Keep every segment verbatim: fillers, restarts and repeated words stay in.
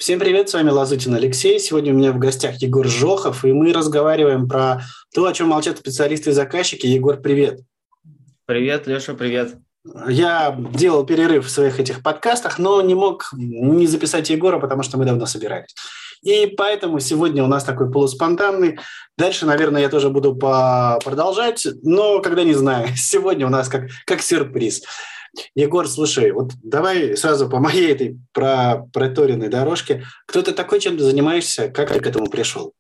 Всем привет, с вами Лазутин Алексей. Сегодня у меня в гостях Егор Жохов, и мы разговариваем про то, о чем молчат специалисты и заказчики. Егор, привет. Привет, Леша, привет. Я делал перерыв в своих этих подкастах, но не мог не записать Егора, потому что мы давно собирались. И поэтому сегодня у нас такой полуспонтанный. Дальше, наверное, я тоже буду по- продолжать, но когда не знаю. Сегодня у нас как, как сюрприз. Егор, слушай, вот давай сразу по моей этой про проторенной дорожке. Кто ты такой, чем ты занимаешься, как ты к этому пришел?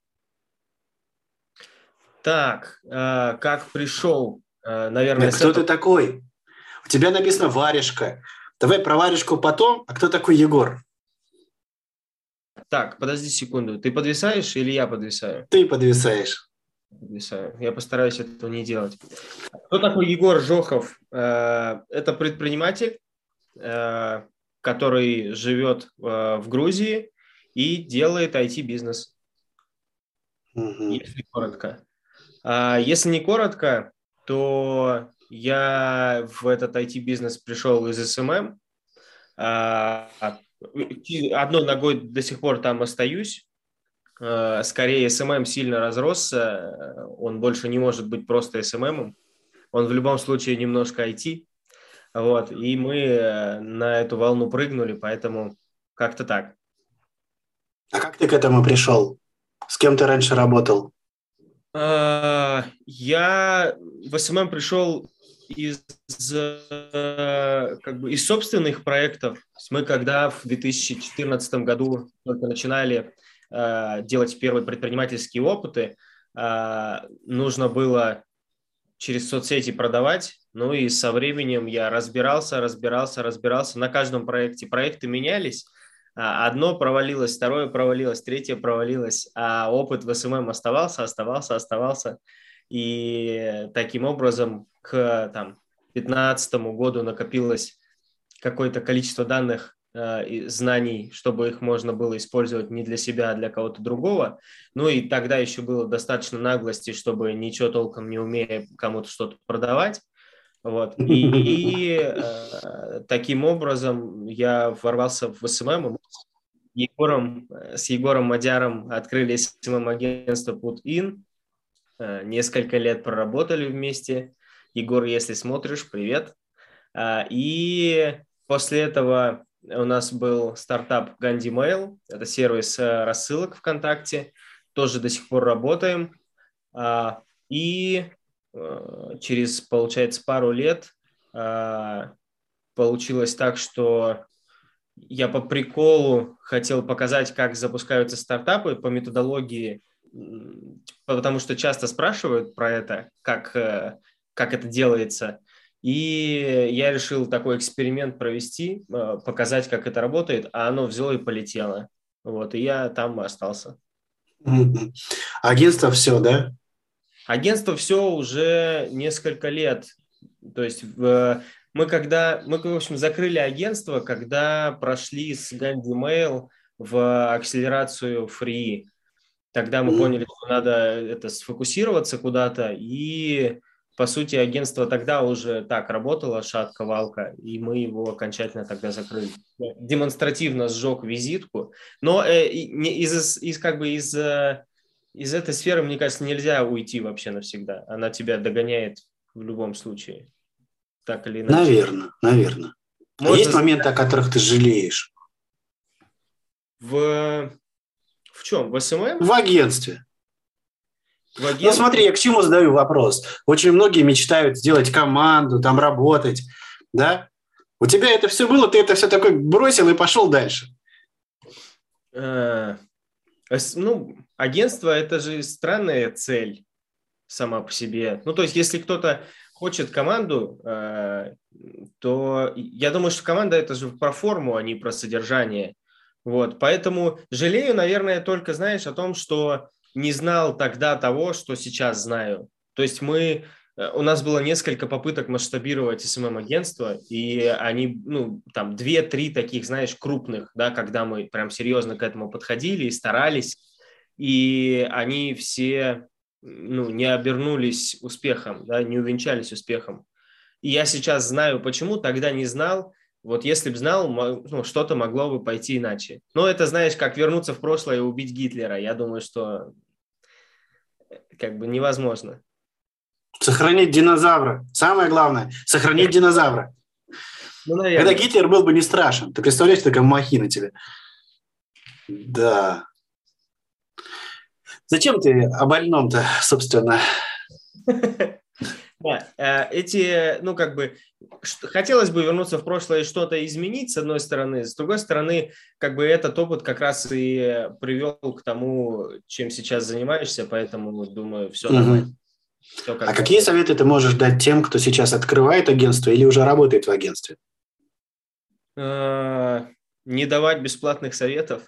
Так, э, как пришел, э, наверное, Нет, с кто ты этого. такой? У тебя написано варежка. Давай про варежку потом, а кто такой Егор? Так, подожди секунду. Ты подвисаешь или я подвисаю? Ты подвисаешь. Подвисаю. Я постараюсь этого не делать. Кто такой Егор Жохов? Э, Это предприниматель, э, который живет э, в Грузии и делает ай ти-бизнес, Мгм. если коротко. А если не коротко, то я в этот ай ти-бизнес пришел из эс эм эм. А, Одной ногой до сих пор там остаюсь. А, Скорее, эс эм эм сильно разросся. Он больше не может быть просто эс эм эм. Он в любом случае немножко ай ти. Вот. И мы э, на эту волну прыгнули, поэтому как-то так. А как ты к этому пришел? С кем ты раньше работал? А, Я в эс эм эм пришел из, э, как бы из собственных проектов. То есть мы когда в две тысячи четырнадцатом году только начинали э, делать первые предпринимательские опыты, э, нужно было через соцсети продавать. Ну и со временем я разбирался, разбирался, разбирался. На каждом проекте проекты менялись. А, Одно провалилось, второе провалилось, третье провалилось, а опыт в эс эм эм оставался, оставался, оставался. И таким образом к там, пятнадцатому году накопилось какое-то количество данных, э, и знаний, чтобы их можно было использовать не для себя, а для кого-то другого. Ну и тогда еще было достаточно наглости, чтобы ничего толком не умея кому-то что-то продавать. Вот. И э, таким образом я ворвался в эс эм эм. И мы с Егором, э, с Егором Мадяром открыли эс эм эм-агентство Put-in. Э, Несколько лет проработали вместе. Егор, если смотришь, привет. А, И после этого у нас был стартап Gandhi Mail. Это сервис э, рассылок ВКонтакте. Тоже до сих пор работаем. А, И э, через, получается, пару лет а, получилось так, что я по приколу хотел показать, как запускаются стартапы по методологии, м, потому что часто спрашивают про это, как, э, как это делается. И я решил такой эксперимент провести, э, показать, как это работает, а оно взяло и полетело. Вот, и я там остался. Мгм. Агентство все, да? Агентство все уже несколько лет. То есть в- мы когда мы, в общем, закрыли агентство, когда прошли с Ганди Mail в акселерацию Free. Тогда мы Мгм. поняли, что надо это сфокусироваться куда-то, и по сути агентство тогда уже так работало, шатко-валко, и мы его окончательно тогда закрыли. Я демонстративно сжег визитку, но э, и- не- из, из как бы из э, из этой сферы, мне кажется, нельзя уйти вообще навсегда. Она тебя догоняет в любом случае, так или иначе. Наверное, наверное. А Можно есть сказать, моменты, о которых ты жалеешь? в, в чем? В эс эм эм? В агентстве. В Ну, агентстве? смотри, я к чему задаю вопрос. Очень многие мечтают сделать команду, там работать, да? У тебя это все было, ты это все такой бросил и пошел дальше. Э, эс- ну, агентство – это же странная цель сама по себе. Ну, то есть, если кто-то хочет команду, э, то я думаю, что команда – это же про форму, а не про содержание. Вот, поэтому жалею, наверное, только, знаешь, о том, что не знал тогда того, что сейчас знаю. То есть мы, э, у нас было несколько попыток масштабировать эс эм эм-агентство, и они, ну, там, две-три таких, знаешь, крупных, да, когда мы прям серьезно к этому подходили и старались, и они все, ну, не обернулись успехом, да, не увенчались успехом. И я сейчас знаю, почему, тогда не знал. Вот если бы знал, ну, что-то могло бы пойти иначе. Но это, знаешь, как вернуться в прошлое и убить Гитлера. Я думаю, что как бы невозможно. Сохранить динозавра. Самое главное – сохранить динозавра. Ну, Тогда наверное. Гитлер был бы не страшен. Ты представляешь, такая махина тебе. Да. Зачем ты о больном-то, собственно? Да, э, эти, ну, как бы, ш- хотелось бы вернуться в прошлое и что-то изменить, с одной стороны. С другой стороны, как бы этот опыт как раз и привел к тому, чем сейчас занимаешься, поэтому, думаю, все нормально. Мгм. Все А как какие должно. советы ты можешь дать тем, кто сейчас открывает агентство или уже работает в агентстве? Э, Не давать бесплатных советов.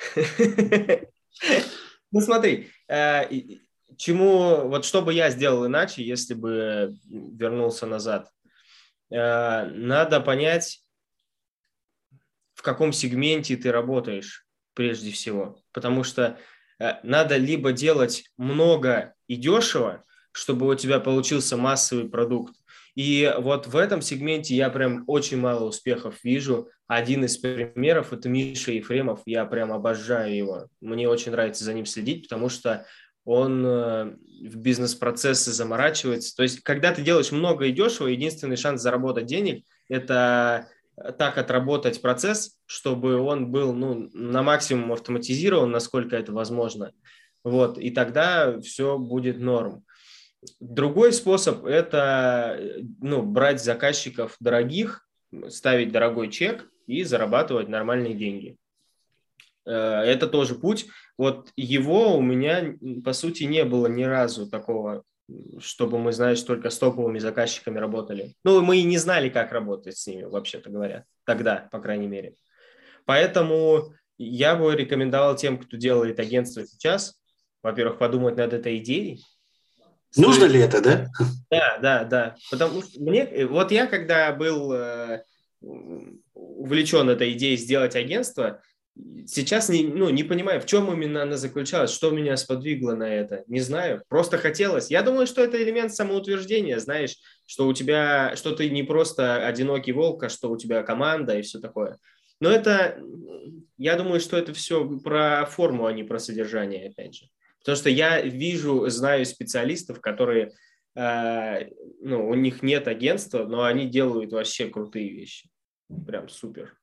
Ну, смотри, э, и- чему, вот что бы я сделал иначе, если бы вернулся назад? Э, Надо понять, в каком сегменте ты работаешь прежде всего. Потому что э, надо либо делать много и дешево, чтобы у тебя получился массовый продукт. И вот в этом сегменте я прям очень мало успехов вижу. Один из примеров – это Миша Ефремов. Я прям обожаю его. Мне очень нравится за ним следить, потому что он э, в бизнес-процессы заморачивается. То есть, когда ты делаешь много и дешево, единственный шанс заработать денег – это так отработать процесс, чтобы он был, ну, на максимум автоматизирован, насколько это возможно. Вот, и тогда все будет норм. Другой способ – это, ну, брать заказчиков дорогих, ставить дорогой чек и зарабатывать нормальные деньги. Это тоже путь. Вот его у меня, по сути, не было ни разу такого, чтобы мы, знаешь, только с топовыми заказчиками работали. Ну, мы и не знали, как работать с ними, вообще-то говоря. Тогда, по крайней мере. Поэтому я бы рекомендовал тем, кто делает агентство сейчас, во-первых, подумать над этой идеей. Нужно Стоит ли ли? это, да? Да, да, да. Потому что мне, вот я когда был э, увлечен этой идеей сделать агентство, сейчас не, ну, не понимаю, в чем именно она заключалась, что меня сподвигло на это. Не знаю, просто хотелось. Я думаю, что это элемент самоутверждения, знаешь, что у тебя, что ты не просто одинокий волк, а что у тебя команда и все такое. Но это, я думаю, что это все про форму, а не про содержание, опять же. Потому что я вижу, знаю специалистов, которые, э, ну, у них нет агентства, но они делают вообще крутые вещи. Прям супер.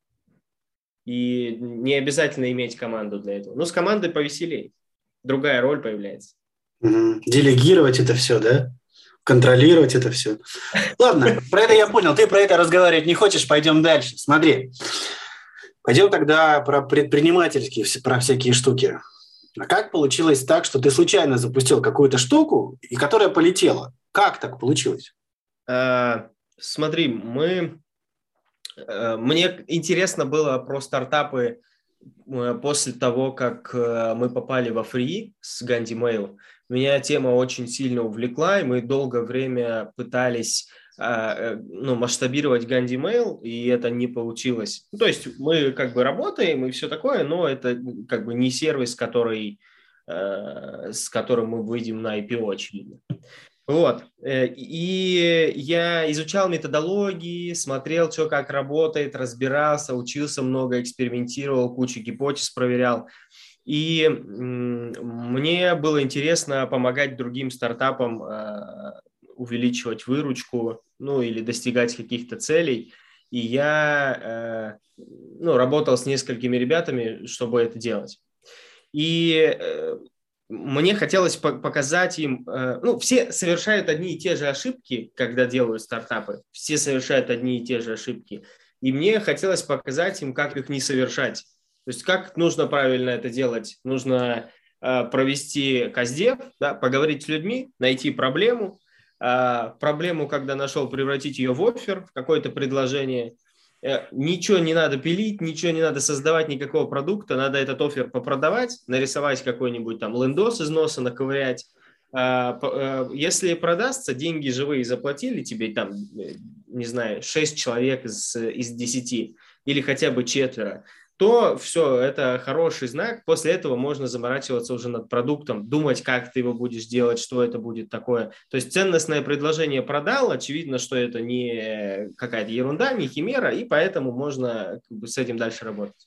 И не обязательно иметь команду для этого. Ну, с командой повеселей. Другая роль появляется. Мгм. Делегировать это все, да? Контролировать это все. Ладно, про это я понял. Ты про это разговаривать не хочешь, пойдем дальше. Смотри, пойдем тогда про предпринимательские, вс- про всякие штуки. А как получилось так, что ты случайно запустил какую-то штуку, и которая полетела? Как так получилось? А, смотри, мы, э, мне интересно было про стартапы э, после того, как э, мы попали во Free с Ганди Mail. Меня тема очень сильно увлекла, и мы долгое время пытались а, э, ну, масштабировать Ганди Mail, и это не получилось. Ну, то есть мы как бы работаем и все такое, но это как бы не сервис, который, э, с которым мы выйдем на ай пи о, очевидно. Вот. Э, И я изучал методологии, смотрел, что как работает, разбирался, учился много, экспериментировал, кучу гипотез проверял. И м, мне было интересно помогать другим стартапам э, увеличивать выручку, ну или достигать каких-то целей. И я э, ну, работал с несколькими ребятами, чтобы это делать. И э, мне хотелось по- показать им, э, ну, все совершают одни и те же ошибки, когда делают стартапы, все совершают одни и те же ошибки, и мне хотелось показать им, как их не совершать. То есть как нужно правильно это делать? Нужно э, провести каздев, да, поговорить с людьми, найти проблему, э, проблему, когда нашел, превратить ее в оффер, в какое-то предложение. Э, Ничего не надо пилить, ничего не надо создавать, никакого продукта, надо этот оффер попродавать, нарисовать какой-нибудь там лендос из носа, наковырять. А, по- э, Если продастся, деньги живые заплатили тебе, там, э, не знаю, шесть человек из, из десяти или хотя бы четверо, то все, это хороший знак. После этого можно заморачиваться уже над продуктом, думать, как ты его будешь делать, что это будет такое. То есть ценностное предложение продал, очевидно, что это не какая-то ерунда, не химера, и поэтому можно как бы с этим дальше работать.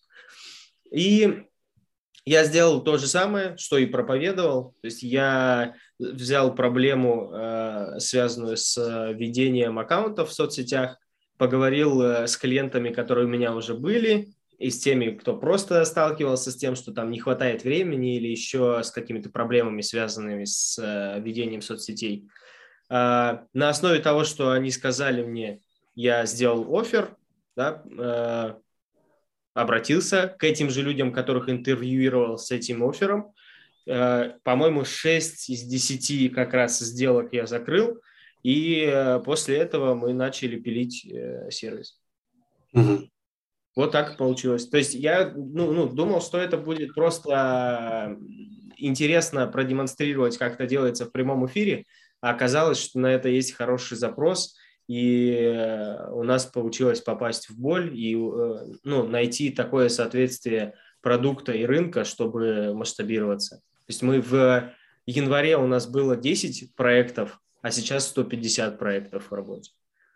И я сделал то же самое, что и проповедовал. То есть я взял проблему, э, связанную с ведением аккаунтов в соцсетях, поговорил э, с клиентами, которые у меня уже были, и с теми, кто просто сталкивался с тем, что там не хватает времени или еще с какими-то проблемами, связанными с э, ведением соцсетей. Э, на основе того, что они сказали мне, я сделал оффер, да, э, обратился к этим же людям, которых интервьюировал с этим оффером. Э, по-моему, шесть из десяти как раз сделок я закрыл, и э, после этого мы начали пилить э, сервис. Угу. Вот так получилось. То есть я ну, ну, думал, что это будет просто интересно продемонстрировать, как это делается в прямом эфире, а оказалось, что на это есть хороший запрос, и у нас получилось попасть в боль и ну, найти такое соответствие продукта и рынка, чтобы масштабироваться. То есть мы в январе у нас было десять проектов, а сейчас сто пятьдесят проектов в работе.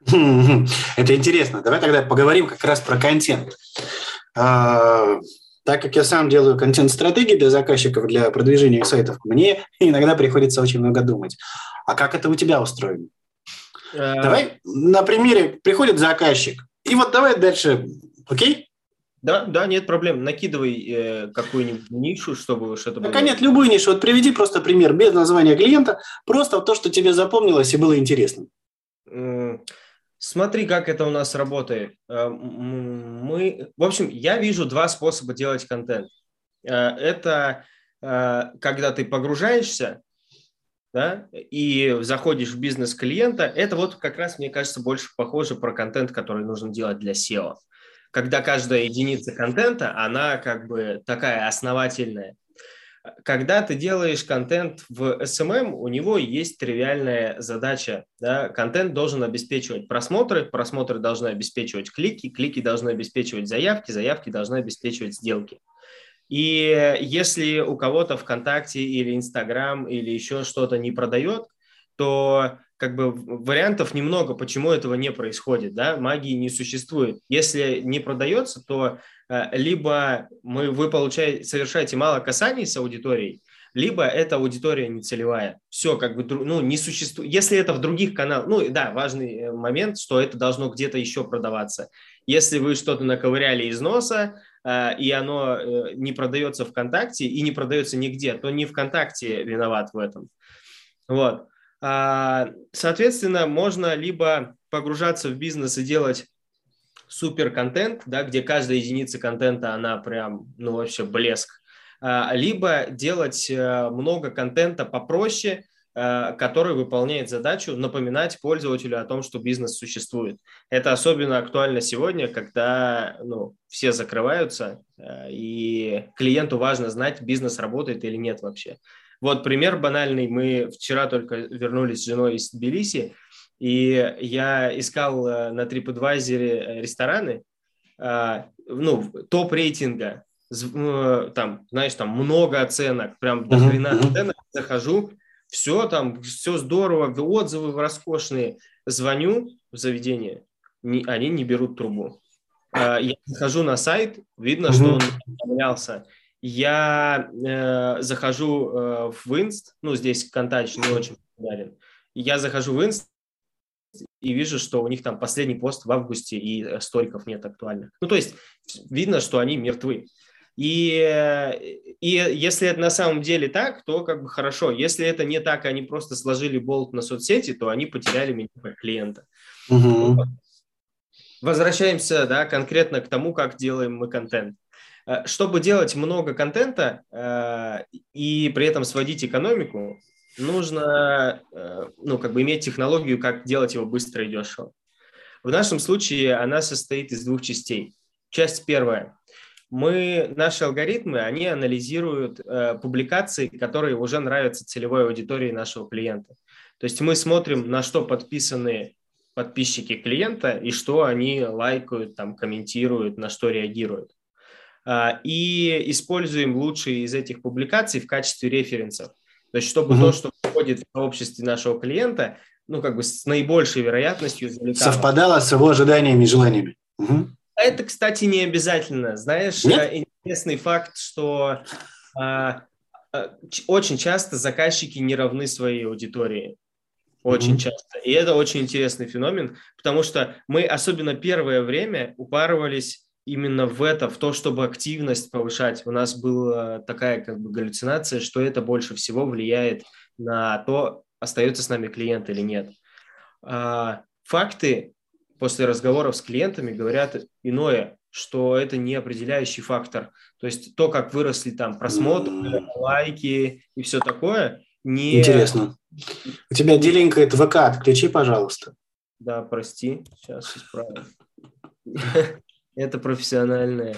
Это интересно. Давай тогда поговорим как раз про контент. А, так как я сам делаю контент-стратегии для заказчиков, для продвижения сайтов, мне иногда приходится очень много думать. А как это у тебя устроено? А... Давай на примере приходит заказчик, и вот давай дальше, окей? Да, да, нет проблем. Накидывай э, какую-нибудь нишу, чтобы что-то было. Да, нет, любую нишу. Вот приведи просто пример без названия клиента, просто то, что тебе запомнилось и было интересно. Смотри, как это у нас работает. Мы, в общем, я вижу два способа делать контент. Это когда ты погружаешься, да, и заходишь в бизнес клиента. Это вот как раз, мне кажется, больше похоже про контент, который нужно делать для сео. Когда каждая единица контента, она как бы такая основательная. Когда ты делаешь контент в эс эм эм, у него есть тривиальная задача. Да? Контент должен обеспечивать просмотры, просмотры должны обеспечивать клики, клики должны обеспечивать заявки, заявки должны обеспечивать сделки. И если у кого-то ВКонтакте или Инстаграм или еще что-то не продает, то как бы вариантов немного, почему этого не происходит. Да? Магии не существует. Если не продается, то либо мы, вы получаете, совершаете мало касаний с аудиторией, либо эта аудитория не целевая. Все как бы ну, не существует. Если это в других каналах, ну да, важный момент, что это должно где-то еще продаваться. Если вы что-то наковыряли из носа, э, и оно э, не продается ВКонтакте и не продается нигде, то не ВКонтакте виноват в этом. Вот. А, соответственно, можно либо погружаться в бизнес и делать супер контент, да, где каждая единица контента, она прям, ну, вообще блеск. Либо делать много контента попроще, который выполняет задачу напоминать пользователю о том, что бизнес существует. Это особенно актуально сегодня, когда ну, все закрываются, и клиенту важно знать, бизнес работает или нет вообще. Вот пример банальный. Мы вчера только вернулись с женой из Тбилиси, и я искал на TripAdvisor рестораны, ну, топ-рейтинга, там, знаешь, там много оценок, прям до хрена оценок, захожу, все там, все здорово, отзывы роскошные, звоню в заведение, не, они не берут трубу. Я захожу на сайт, видно, что он поменялся. Я э, захожу э, в Инст, ну, здесь контакт не очень популярен, я захожу в Инст, и вижу, что у них там последний пост в августе, и сториков нет актуальных. Ну, то есть видно, что они мертвы. И, и если это на самом деле так, то как бы хорошо. Если это не так, они просто сложили болт на соцсети, то они потеряли меня как клиента. Угу. Возвращаемся, да, конкретно к тому, как делаем мы контент. Чтобы делать много контента э, и при этом сводить экономику, нужно э, ну, как бы иметь технологию, как делать его быстро и дешево. В нашем случае она состоит из двух частей. Часть первая. Мы, наши алгоритмы, они анализируют э, публикации, которые уже нравятся целевой аудитории нашего клиента. То есть мы смотрим, на что подписаны подписчики клиента и что они лайкают, там, комментируют, на что реагируют. и используем лучшие из этих публикаций в качестве референсов. То есть, чтобы Угу. то, что входит в сообществе нашего клиента, ну, как бы с наибольшей вероятностью залетало. Совпадало с его ожиданиями и желаниями. Угу. Это, кстати, не обязательно. Знаешь, Нет? интересный факт, что а, а, ч- очень часто заказчики не равны своей аудитории. Очень Угу. часто. И это очень интересный феномен, потому что мы, особенно первое время, упарывались именно в это, в то, чтобы активность повышать. У нас была такая как бы галлюцинация, что это больше всего влияет на то, остается с нами клиент или нет. А, факты после разговоров с клиентами говорят иное, что это не определяющий фактор. То есть то, как выросли там просмотры, М, лайки и все такое, не... Интересно. У тебя не... деленькает вэ ка, отключи, пожалуйста. Да, прости, сейчас исправлю. Это профессиональное.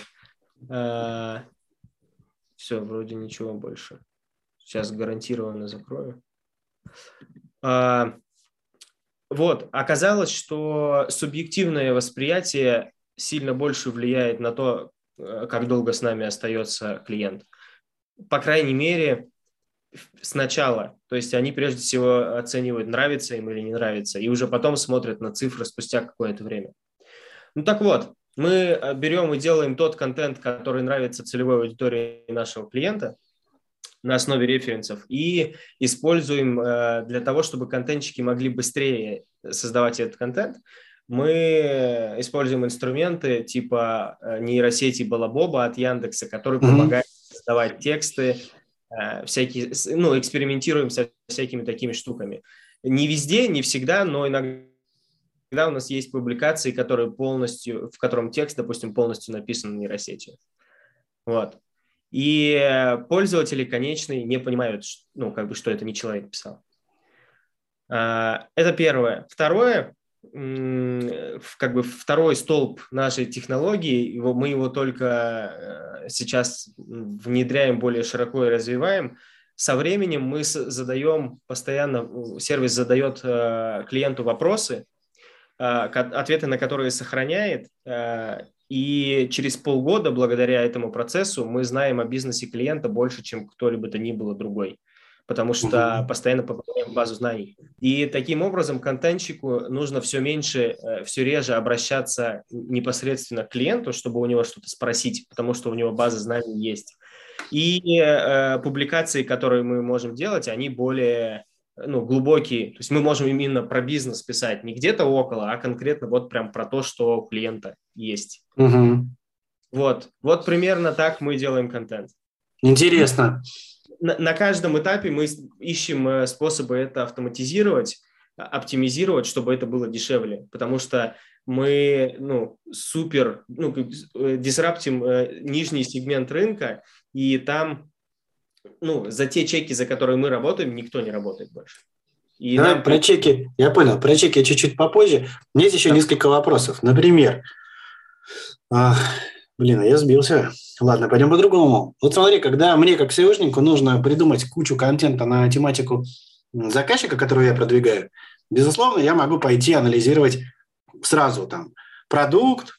Все, вроде ничего больше. Сейчас гарантированно закрою. А, Вот, оказалось, что субъективное восприятие сильно больше влияет на то, э, как долго с нами остается клиент. По крайней мере, сначала. То есть они прежде всего оценивают, нравится им или не нравится, и уже потом смотрят на цифры спустя какое-то время. Ну так вот, мы э, берем и делаем тот контент, который нравится целевой аудитории нашего клиента на основе референсов и используем э, для того, чтобы контентчики могли быстрее создавать этот контент. Мы используем инструменты типа э, нейросети Балабоба от Яндекса, который Угу. помогает создавать тексты, э, всякие, ну, экспериментируем со всякими такими штуками. Не везде, не всегда, но иногда у нас есть публикации, которые полностью, в котором текст, допустим, полностью написан нейросетью. Вот. И пользователи конечные не понимают, ну, как бы, что это не человек писал. Это первое. Второе, как бы второй столб нашей технологии, его, мы его только сейчас внедряем более широко и развиваем. Со временем мы задаем постоянно, сервис задает клиенту вопросы, ответы на которые сохраняет, и через полгода, благодаря этому процессу, мы знаем о бизнесе клиента больше, чем кто-либо то ни было другой, потому что угу. постоянно пополняем базу знаний. И таким образом контентщику нужно все меньше, все реже обращаться непосредственно к клиенту, чтобы у него что-то спросить, потому что у него база знаний есть. И э, публикации, которые мы можем делать, они более... ну, глубокие, то есть мы можем именно про бизнес писать, не где-то около, а конкретно вот прям про то, что у клиента есть. Угу. Вот, вот примерно так мы делаем контент. Интересно. На, на каждом этапе мы ищем способы это автоматизировать, оптимизировать, чтобы это было дешевле, потому что мы, ну, супер, ну, дисраптим нижний сегмент рынка, и там ну, за те чеки, за которые мы работаем, никто не работает больше. И Давай нам... про чеки, я понял, про чеки чуть-чуть попозже. У меня есть еще да. несколько вопросов. Например, ах, блин, а я сбился. Ладно, пойдем по-другому. Вот смотри, когда мне, как сеошнику, нужно придумать кучу контента на тематику заказчика, которую я продвигаю, безусловно, я могу пойти анализировать сразу там продукт,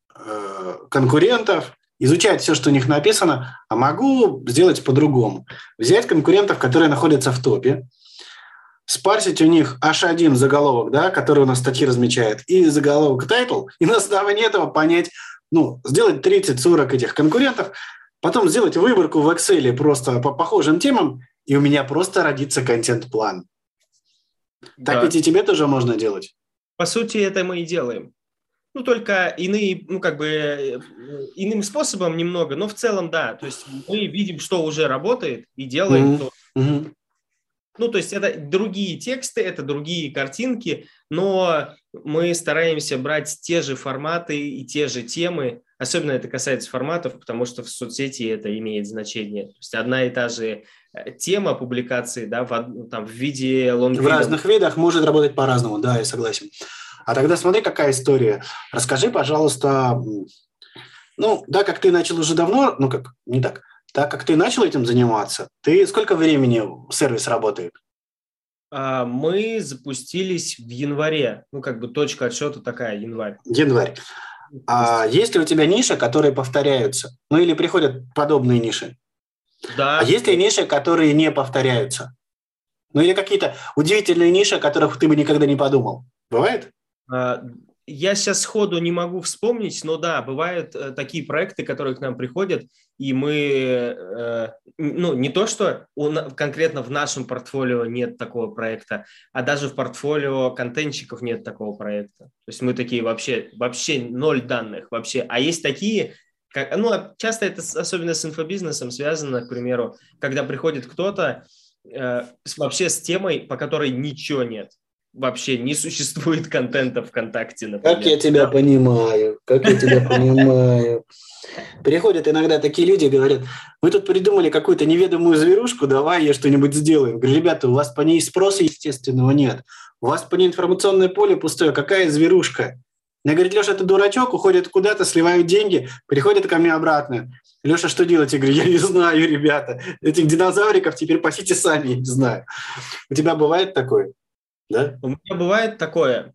э, конкурентов, изучать все, что у них написано, а могу сделать по-другому. Взять конкурентов, которые находятся в топе, спарсить у них аш один заголовок, да, который у нас статьи размечает, и заголовок тайтл, и на основании этого понять, ну, сделать тридцать-сорок этих конкурентов, потом сделать выборку в Excel просто по похожим темам, и у меня просто родится контент-план. Да. Так ведь и тебе тоже можно делать. По сути, это мы и делаем. Ну, только иные, ну, как бы иным способом немного, но в целом, да. То есть мы видим, что уже работает, и делаем mm-hmm. то. Mm-hmm. Ну, то есть это другие тексты, это другие картинки, но мы стараемся брать те же форматы и те же темы. Особенно это касается форматов, потому что в соцсети это имеет значение. То есть одна и та же тема публикации, да, в, там, в виде лонгвида. В разных видах может работать по-разному, да, я согласен. А тогда смотри, какая история. Расскажи, пожалуйста, ну, да, как ты начал уже давно, ну, как, не так, так как ты начал этим заниматься, ты сколько времени сервис работает? Мы запустились в январе, ну, как бы точка отсчета такая, январь. Январь. А есть ли у тебя ниши, которые повторяются? Ну или приходят подобные ниши? Да. А есть ли ниши, которые не повторяются? Ну или какие-то удивительные ниши, о которых ты бы никогда не подумал? Бывает? Я сейчас сходу не могу вспомнить, но да, бывают э, такие проекты, которые к нам приходят, и мы, э, ну, не то, что у, конкретно в нашем портфолио нет такого проекта, а даже в портфолио контентщиков нет такого проекта. То есть мы такие вообще, вообще ноль данных вообще. А есть такие, как, ну, часто это особенно с инфобизнесом связано, к примеру, когда приходит кто-то э, с, вообще с темой, по которой ничего нет. Вообще не существует контента ВКонтакте, например. Как я тебя понимаю, как я тебя понимаю. Приходят иногда такие люди и говорят, мы тут придумали какую-то неведомую зверушку, давай я что-нибудь сделаю. Говорю, ребята, у вас по ней спроса естественного нет. У вас по ней информационное поле пустое. Какая зверушка? Мне говорит, Леша, ты дурачок, уходит куда-то, сливают деньги, приходят ко мне обратно. Леша, что делать? Я говорю, я не знаю, ребята. Этих динозавриков теперь пасите сами, я не знаю. У тебя бывает такое? Да? У меня бывает такое,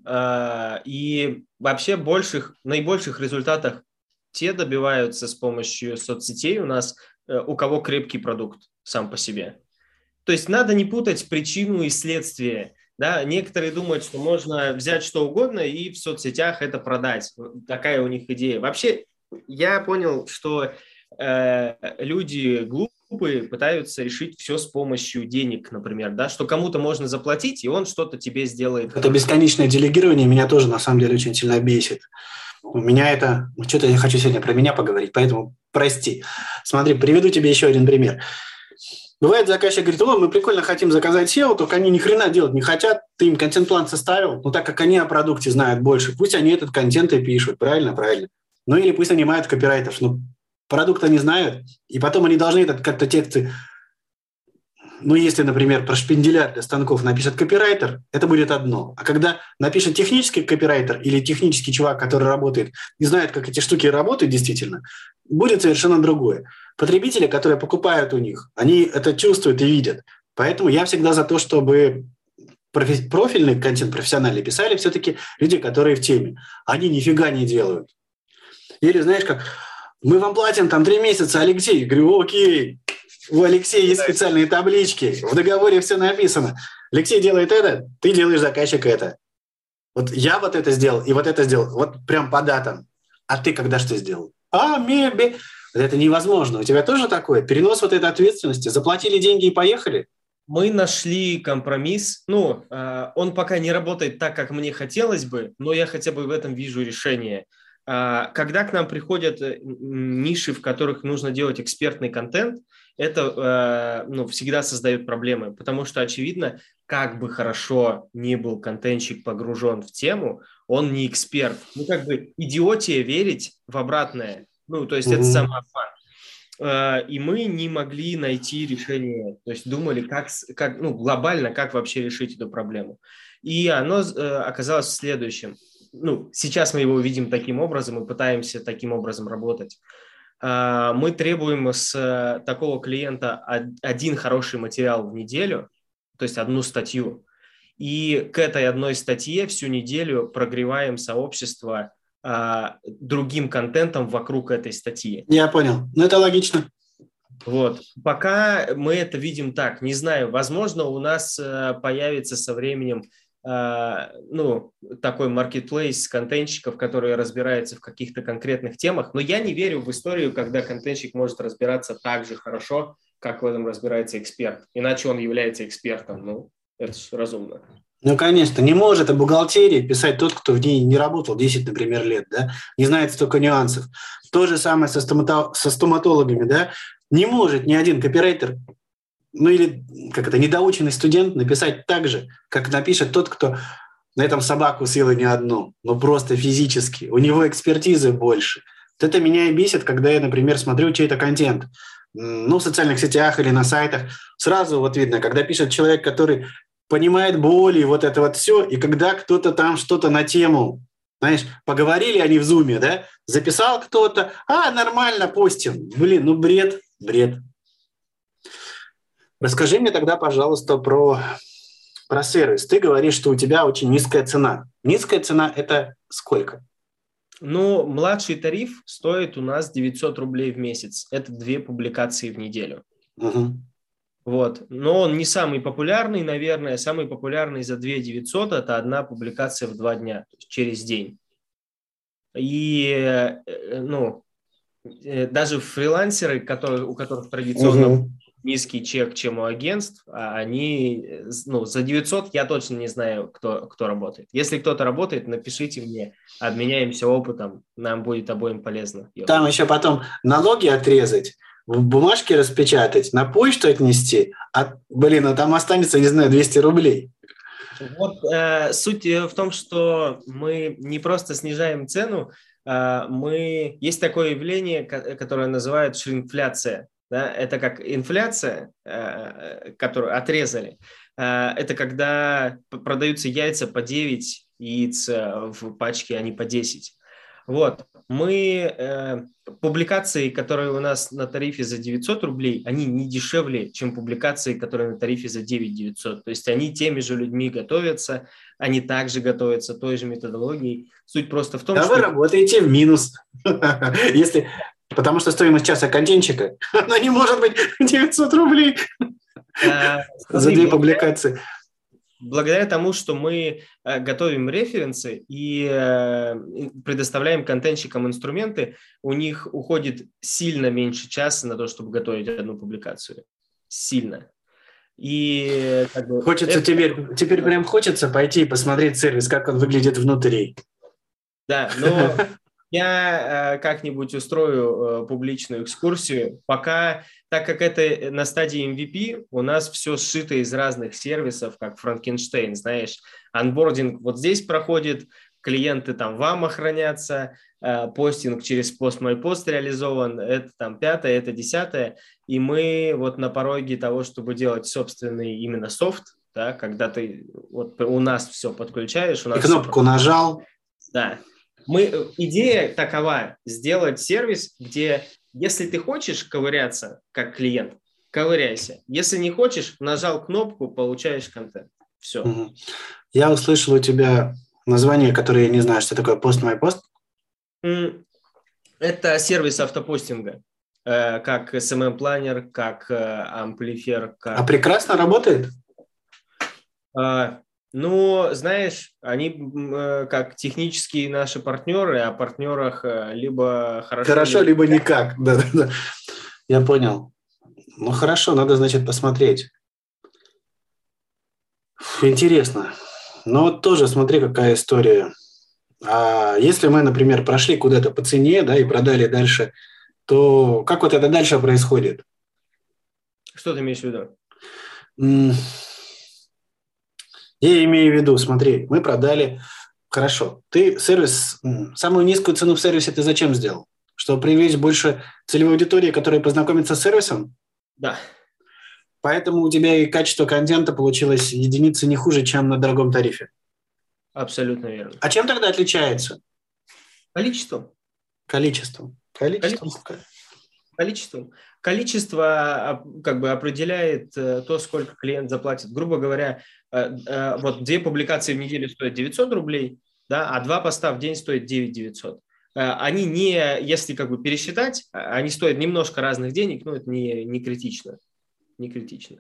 и вообще больших, наибольших результатов те добиваются с помощью соцсетей у нас, у кого крепкий продукт сам по себе. То есть надо не путать причину и следствие. Да? Некоторые думают, что можно взять что угодно и в соцсетях это продать. Такая у них идея. Вообще я понял, что э, люди глупые, пытаются решить все с помощью денег, например, да, что кому-то можно заплатить, и он что-то тебе сделает. Это бесконечное делегирование меня тоже, на самом деле, очень сильно бесит. У меня это... Что-то я хочу сегодня про меня поговорить, поэтому прости. Смотри, приведу тебе еще один пример. Бывает, заказчик говорит, о, мы прикольно хотим заказать сео, только они ни хрена делать не хотят, ты им контент-план составил, но так как они о продукте знают больше, пусть они этот контент и пишут, правильно, правильно. Ну или пусть нанимают копирайтеров, ну продукта не знают, и потом они должны этот как-то тексты... Ну, если, например, про шпинделя для станков напишет копирайтер, это будет одно. А когда напишет технический копирайтер или технический чувак, который работает и знает, как эти штуки работают действительно, будет совершенно другое. Потребители, которые покупают у них, они это чувствуют и видят. Поэтому я всегда за то, чтобы профильный контент профессиональный писали все-таки люди, которые в теме. Они нифига не делают. Или, знаешь, как... Мы вам платим там три месяца, Алексей. Я говорю, окей. У Алексея есть специальные таблички. В договоре все написано. Алексей делает это, ты делаешь заказчик это. Вот я вот это сделал и вот это сделал. Вот прям по датам. А ты когда что сделал? А, меби. Это невозможно. У тебя тоже такое? Перенос вот этой ответственности. Заплатили деньги и поехали? Мы нашли компромисс. Ну, он пока не работает так, как мне хотелось бы, но я хотя бы в этом вижу решение. Когда к нам приходят ниши, в которых нужно делать экспертный контент, это ну, всегда создает проблемы, потому что, очевидно, как бы хорошо ни был контентщик погружен в тему, он не эксперт. Ну, как бы идиотия верить в обратное. Ну, то есть mm-hmm. это самообман. И мы не могли найти решение, то есть думали, как, как, ну, глобально, как вообще решить эту проблему. И оно оказалось в следующем. Ну, сейчас мы его видим таким образом и пытаемся таким образом работать. Мы требуем с такого клиента один хороший материал в неделю, то есть одну статью, и к этой одной статье всю неделю прогреваем сообщество другим контентом вокруг этой статьи. Я понял. Ну, это логично. Вот. Пока мы это видим так, не знаю, возможно, у нас появится со временем ну, такой маркетплейс контентщиков, которые разбираются в каких-то конкретных темах, но я не верю в историю, когда контентщик может разбираться так же хорошо, как в этом разбирается эксперт, иначе он является экспертом, ну, это же разумно. Ну, конечно, не может о бухгалтерии писать тот, кто в ней не работал десять, например, лет, да, не знает столько нюансов. То же самое со, стомато- со стоматологами, да, не может ни один копирайтер, ну или как это, недоученный студент написать так же, как напишет тот, кто на этом собаку съел и не одну, ну просто физически. У него экспертизы больше. Вот это меня и бесит, когда я, например, смотрю чей-то контент, ну, в социальных сетях или на сайтах. Сразу вот видно, когда пишет человек, который понимает боли, вот это вот все, и когда кто-то там что-то на тему, знаешь, поговорили они в зуме, да, записал кто-то, а, нормально, постим. Блин, ну бред, бред. Расскажи мне тогда, пожалуйста, про, про сервис. Ты говоришь, что у тебя очень низкая цена. Низкая цена – это сколько? Ну, младший тариф стоит у нас девятьсот рублей в месяц. Это две публикации в неделю. Угу. Вот. Но он не самый популярный, наверное. Самый популярный за две тысячи девятьсот – это одна публикация в два дня, то есть через день. И, э, ну, э, даже фрилансеры, которые, у которых традиционно Угу. низкий чек, чем у агентств, а они, э, ну, за девятьсот я точно не знаю, кто, кто работает. Если кто-то работает, напишите мне, обменяемся опытом, нам будет обоим полезно. Я Там уверен. еще потом налоги отрезать, в бумажке распечатать, на почту отнести. А, блин, ну там останется, не знаю, двести рублей. Вот э, суть в том, что мы не просто снижаем цену, э, мы есть такое явление, которое называют шринфляция. Да? Это как инфляция, э, которую отрезали. Э, это когда продаются яйца по девять яиц в пачке, а не по десять. Вот. Мы, э, публикации, которые у нас на тарифе за девятьсот рублей, они не дешевле, чем публикации, которые на тарифе за девять тысяч девятьсот. То есть они теми же людьми готовятся, они также готовятся той же методологией. Суть просто в том, Да что... вы работаете в минус. Если... Потому что стоимость часа контентчика, она не может быть девятьсот рублей э, за две публикации. Благодаря тому, что мы э, готовим референсы и э, предоставляем контентщикам инструменты, у них уходит сильно меньше часа на то, чтобы готовить одну публикацию. Сильно. И как бы, хочется это... теперь, теперь прям хочется пойти и посмотреть сервис, как он выглядит внутри. Да, но я э, как-нибудь устрою э, публичную экскурсию. Пока, так как это на стадии эм ви пи, у нас все сшито из разных сервисов, как Франкенштейн, знаешь. Анбординг вот здесь проходит, клиенты там вам охранятся, э, постинг через PostMyPost реализован, это там пятое, это десятое. И мы вот на пороге того, чтобы делать собственный именно софт, да, когда ты вот у нас все подключаешь. У нас и кнопку все... нажал. Да. Мы, идея такова, сделать сервис, где, если ты хочешь ковыряться как клиент, ковыряйся. Если не хочешь, нажал кнопку, получаешь контент. Все. Угу. Я услышал у тебя название, которое я не знаю, что такое PostMyPost. Это сервис автопостинга, как эс эм эм-планер, как Amplifier. Как... А прекрасно работает? Ну, знаешь, они э, как технические наши партнеры, о партнерах э, либо хорошо, Хорошо, либо, либо никак. Да, да, да. Я понял. Ну, хорошо, надо, значит, посмотреть. Интересно. Ну, вот тоже смотри, какая история. А если мы, например, прошли куда-то по цене, да, и продали дальше, то как вот это дальше происходит? Что ты имеешь в виду? Я имею в виду, смотри, мы продали, хорошо, ты сервис, самую низкую цену в сервисе ты зачем сделал? Чтобы привлечь больше целевой аудитории, которая познакомится с сервисом? Да. Поэтому у тебя и качество контента получилось единицы не хуже, чем на дорогом тарифе. Абсолютно верно. А чем тогда отличается? Количеством. Количеством. Количеством. Количеством. Количество как бы определяет то, сколько клиент заплатит. Грубо говоря, вот две публикации в неделю стоят девятьсот рублей, да, а два поста в день стоят девять тысяч девятьсот. Они не, если как бы пересчитать, они стоят немножко разных денег, но это не, не критично. Не критично.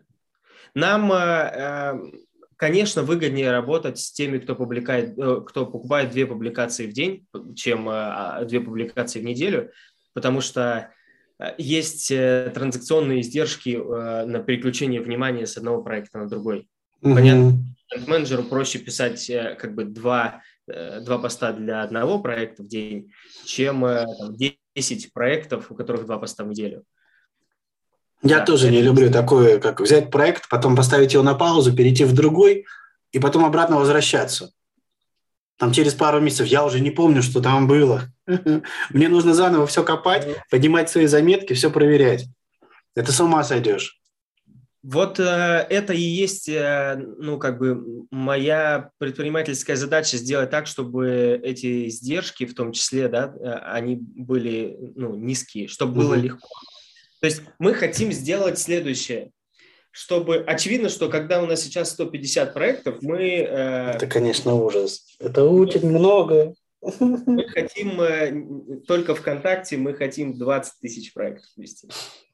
Нам, конечно, выгоднее работать с теми, кто, публикает, кто покупает две публикации в день, чем две публикации в неделю, потому что есть транзакционные издержки на переключение внимания с одного проекта на другой. Угу. Понятно, менеджеру проще писать как бы два, два поста для одного проекта в день, чем там, десять проектов, у которых два поста в неделю. Я да, тоже это... не люблю такое, как взять проект, потом поставить его на паузу, перейти в другой и потом обратно возвращаться. Там через пару месяцев я уже не помню, что там было. Мне нужно заново все копать, поднимать свои заметки, все проверять. Это с ума сойдешь. Вот э, это и есть, э, ну, как бы моя предпринимательская задача сделать так, чтобы эти издержки, в том числе, да, они были, ну, низкие, чтобы было Угу. легко. То есть мы хотим сделать следующее, чтобы, очевидно, что когда у нас сейчас сто пятьдесят проектов, мы... Э, это, конечно, ужас. Это очень много. Мы хотим, э, только ВКонтакте мы хотим двадцать тысяч проектов вести.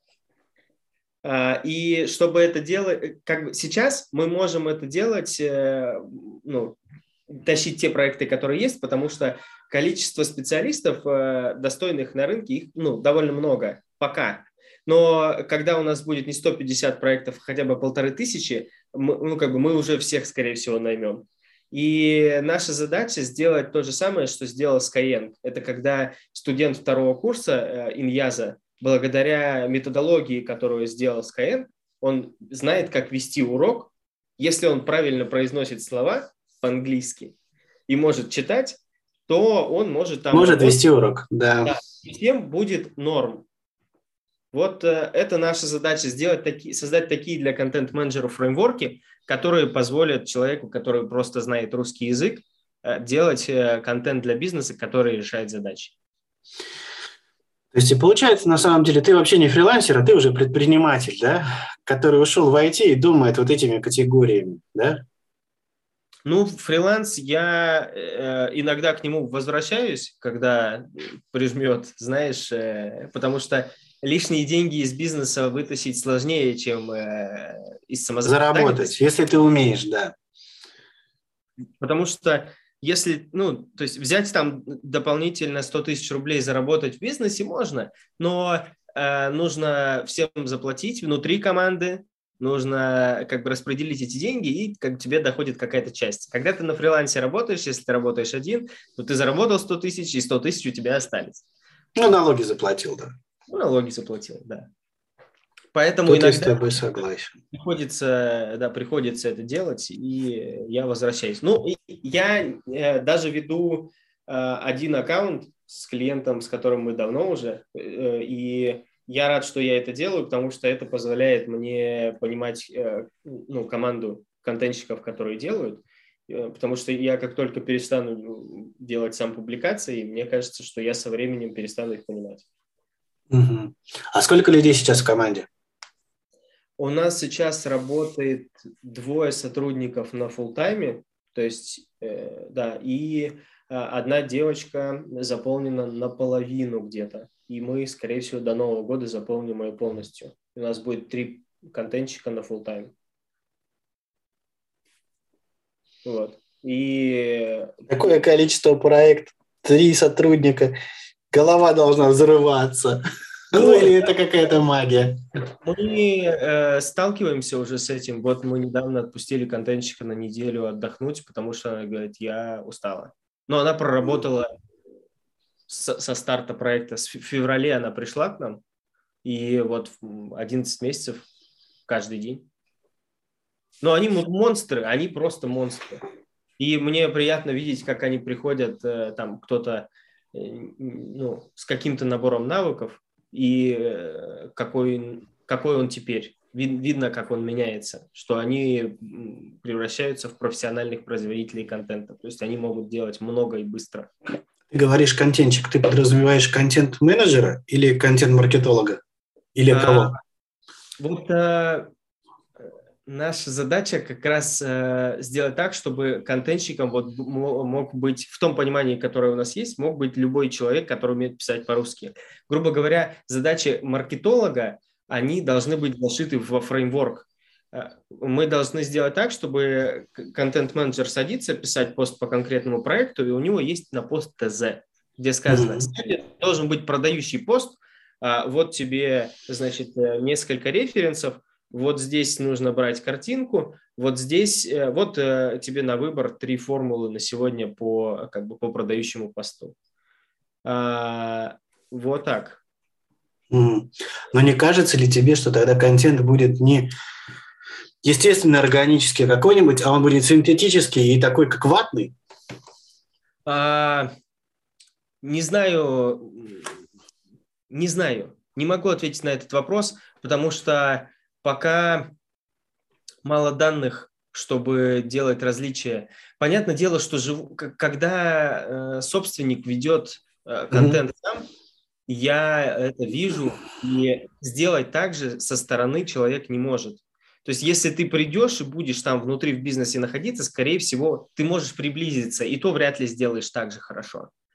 И чтобы это делать, как бы сейчас мы можем это делать, ну, тащить те проекты, которые есть, потому что количество специалистов, достойных на рынке, их ну, довольно много пока. Но когда у нас будет не сто пятьдесят проектов, а хотя бы полторы тысячи, мы, ну, как бы мы уже всех, скорее всего, наймем. И наша задача сделать то же самое, что сделал Skyeng. Это когда студент второго курса Иньяза, благодаря методологии, которую сделал Skyeng, он знает, как вести урок. Если он правильно произносит слова по-английски и может читать, то он может там... Может работать. вести урок, да. Да. И всем будет норм. Вот э, это наша задача, сделать таки, создать такие для контент-менеджеров фреймворки, которые позволят человеку, который просто знает русский язык, э, делать э, контент для бизнеса, который решает задачи. То есть и получается, на самом деле, ты вообще не фрилансер, а ты уже предприниматель, да, который ушел в ай ти и думает вот этими категориями, да? Ну, фриланс, я э, иногда к нему возвращаюсь, когда прижмет, знаешь, э, потому что лишние деньги из бизнеса вытащить сложнее, чем э, из самозанятости. Заработать, если ты умеешь, да. Потому что если, ну, то есть взять там дополнительно сто тысяч рублей заработать в бизнесе можно, но э, нужно всем заплатить внутри команды, нужно как бы распределить эти деньги, и как бы тебе доходит какая-то часть. Когда ты на фрилансе работаешь, если ты работаешь один, то ты заработал сто тысяч, и сто тысяч у тебя остались. Ну, налоги заплатил, да. Ну, налоги заплатил, да. Поэтому Тут иногда я с тобой согласен. Приходится, да, приходится это делать, и я возвращаюсь. Ну, я э, даже веду э, один аккаунт с клиентом, с которым мы давно уже, э, и я рад, что я это делаю, потому что это позволяет мне понимать э, ну, команду контентщиков, которые делают, э, потому что я как только перестану делать сам публикации, мне кажется, что я со временем перестану их понимать. Угу. А сколько людей сейчас в команде? У нас сейчас работает двое сотрудников на фулл-тайме, то есть, э, да, и э, одна девочка заполнена наполовину где-то. И мы, скорее всего, до Нового года заполним ее полностью. У нас будет три контентчика на фулл-тайм. Вот. И... Такое количество проектов, три сотрудника, голова должна взрываться. Ну, или это какая-то магия? Мы э, сталкиваемся уже с этим. Вот мы недавно отпустили контентщика на неделю отдохнуть, потому что она говорит, я устала. Но она проработала с, со старта проекта. В феврале она пришла к нам, и вот одиннадцать месяцев каждый день. Но они монстры, они просто монстры. И мне приятно видеть, как они приходят, э, там кто-то э, ну, с каким-то набором навыков, и какой, какой он теперь. Видно, как он меняется, что они превращаются в профессиональных производителей контента. То есть они могут делать много и быстро. Ты говоришь контентчик, ты подразумеваешь контент-менеджера или контент-маркетолога? Или кого? А, вот а, наша задача как раз а, сделать так, чтобы контентщиком вот мог быть, в том понимании, которое у нас есть, мог быть любой человек, который умеет писать по-русски. Грубо говоря, задачи маркетолога, они должны быть зашиты во фреймворк. Мы должны сделать так, чтобы контент-менеджер садится писать пост по конкретному проекту, и у него есть на пост ТЗ, где сказано, mm-hmm. должен быть продающий пост, вот тебе, значит, несколько референсов, вот здесь нужно брать картинку, вот здесь, вот тебе на выбор три формулы на сегодня по, как бы, по продающему посту. А, вот так. Mm. Но не кажется ли тебе, что тогда контент будет не естественно органический какой-нибудь, а он будет синтетический и такой, как ватный? А, не знаю, не знаю. Не могу ответить на этот вопрос, потому что пока мало данных, чтобы делать различия. Понятное дело, что жив... когда э, собственник ведет э, контент mm-hmm. сам, я это вижу, и сделать так же со стороны человек не может. То есть если ты придешь и будешь там внутри в бизнесе находиться, скорее всего, ты можешь приблизиться, и то вряд ли сделаешь так же хорошо.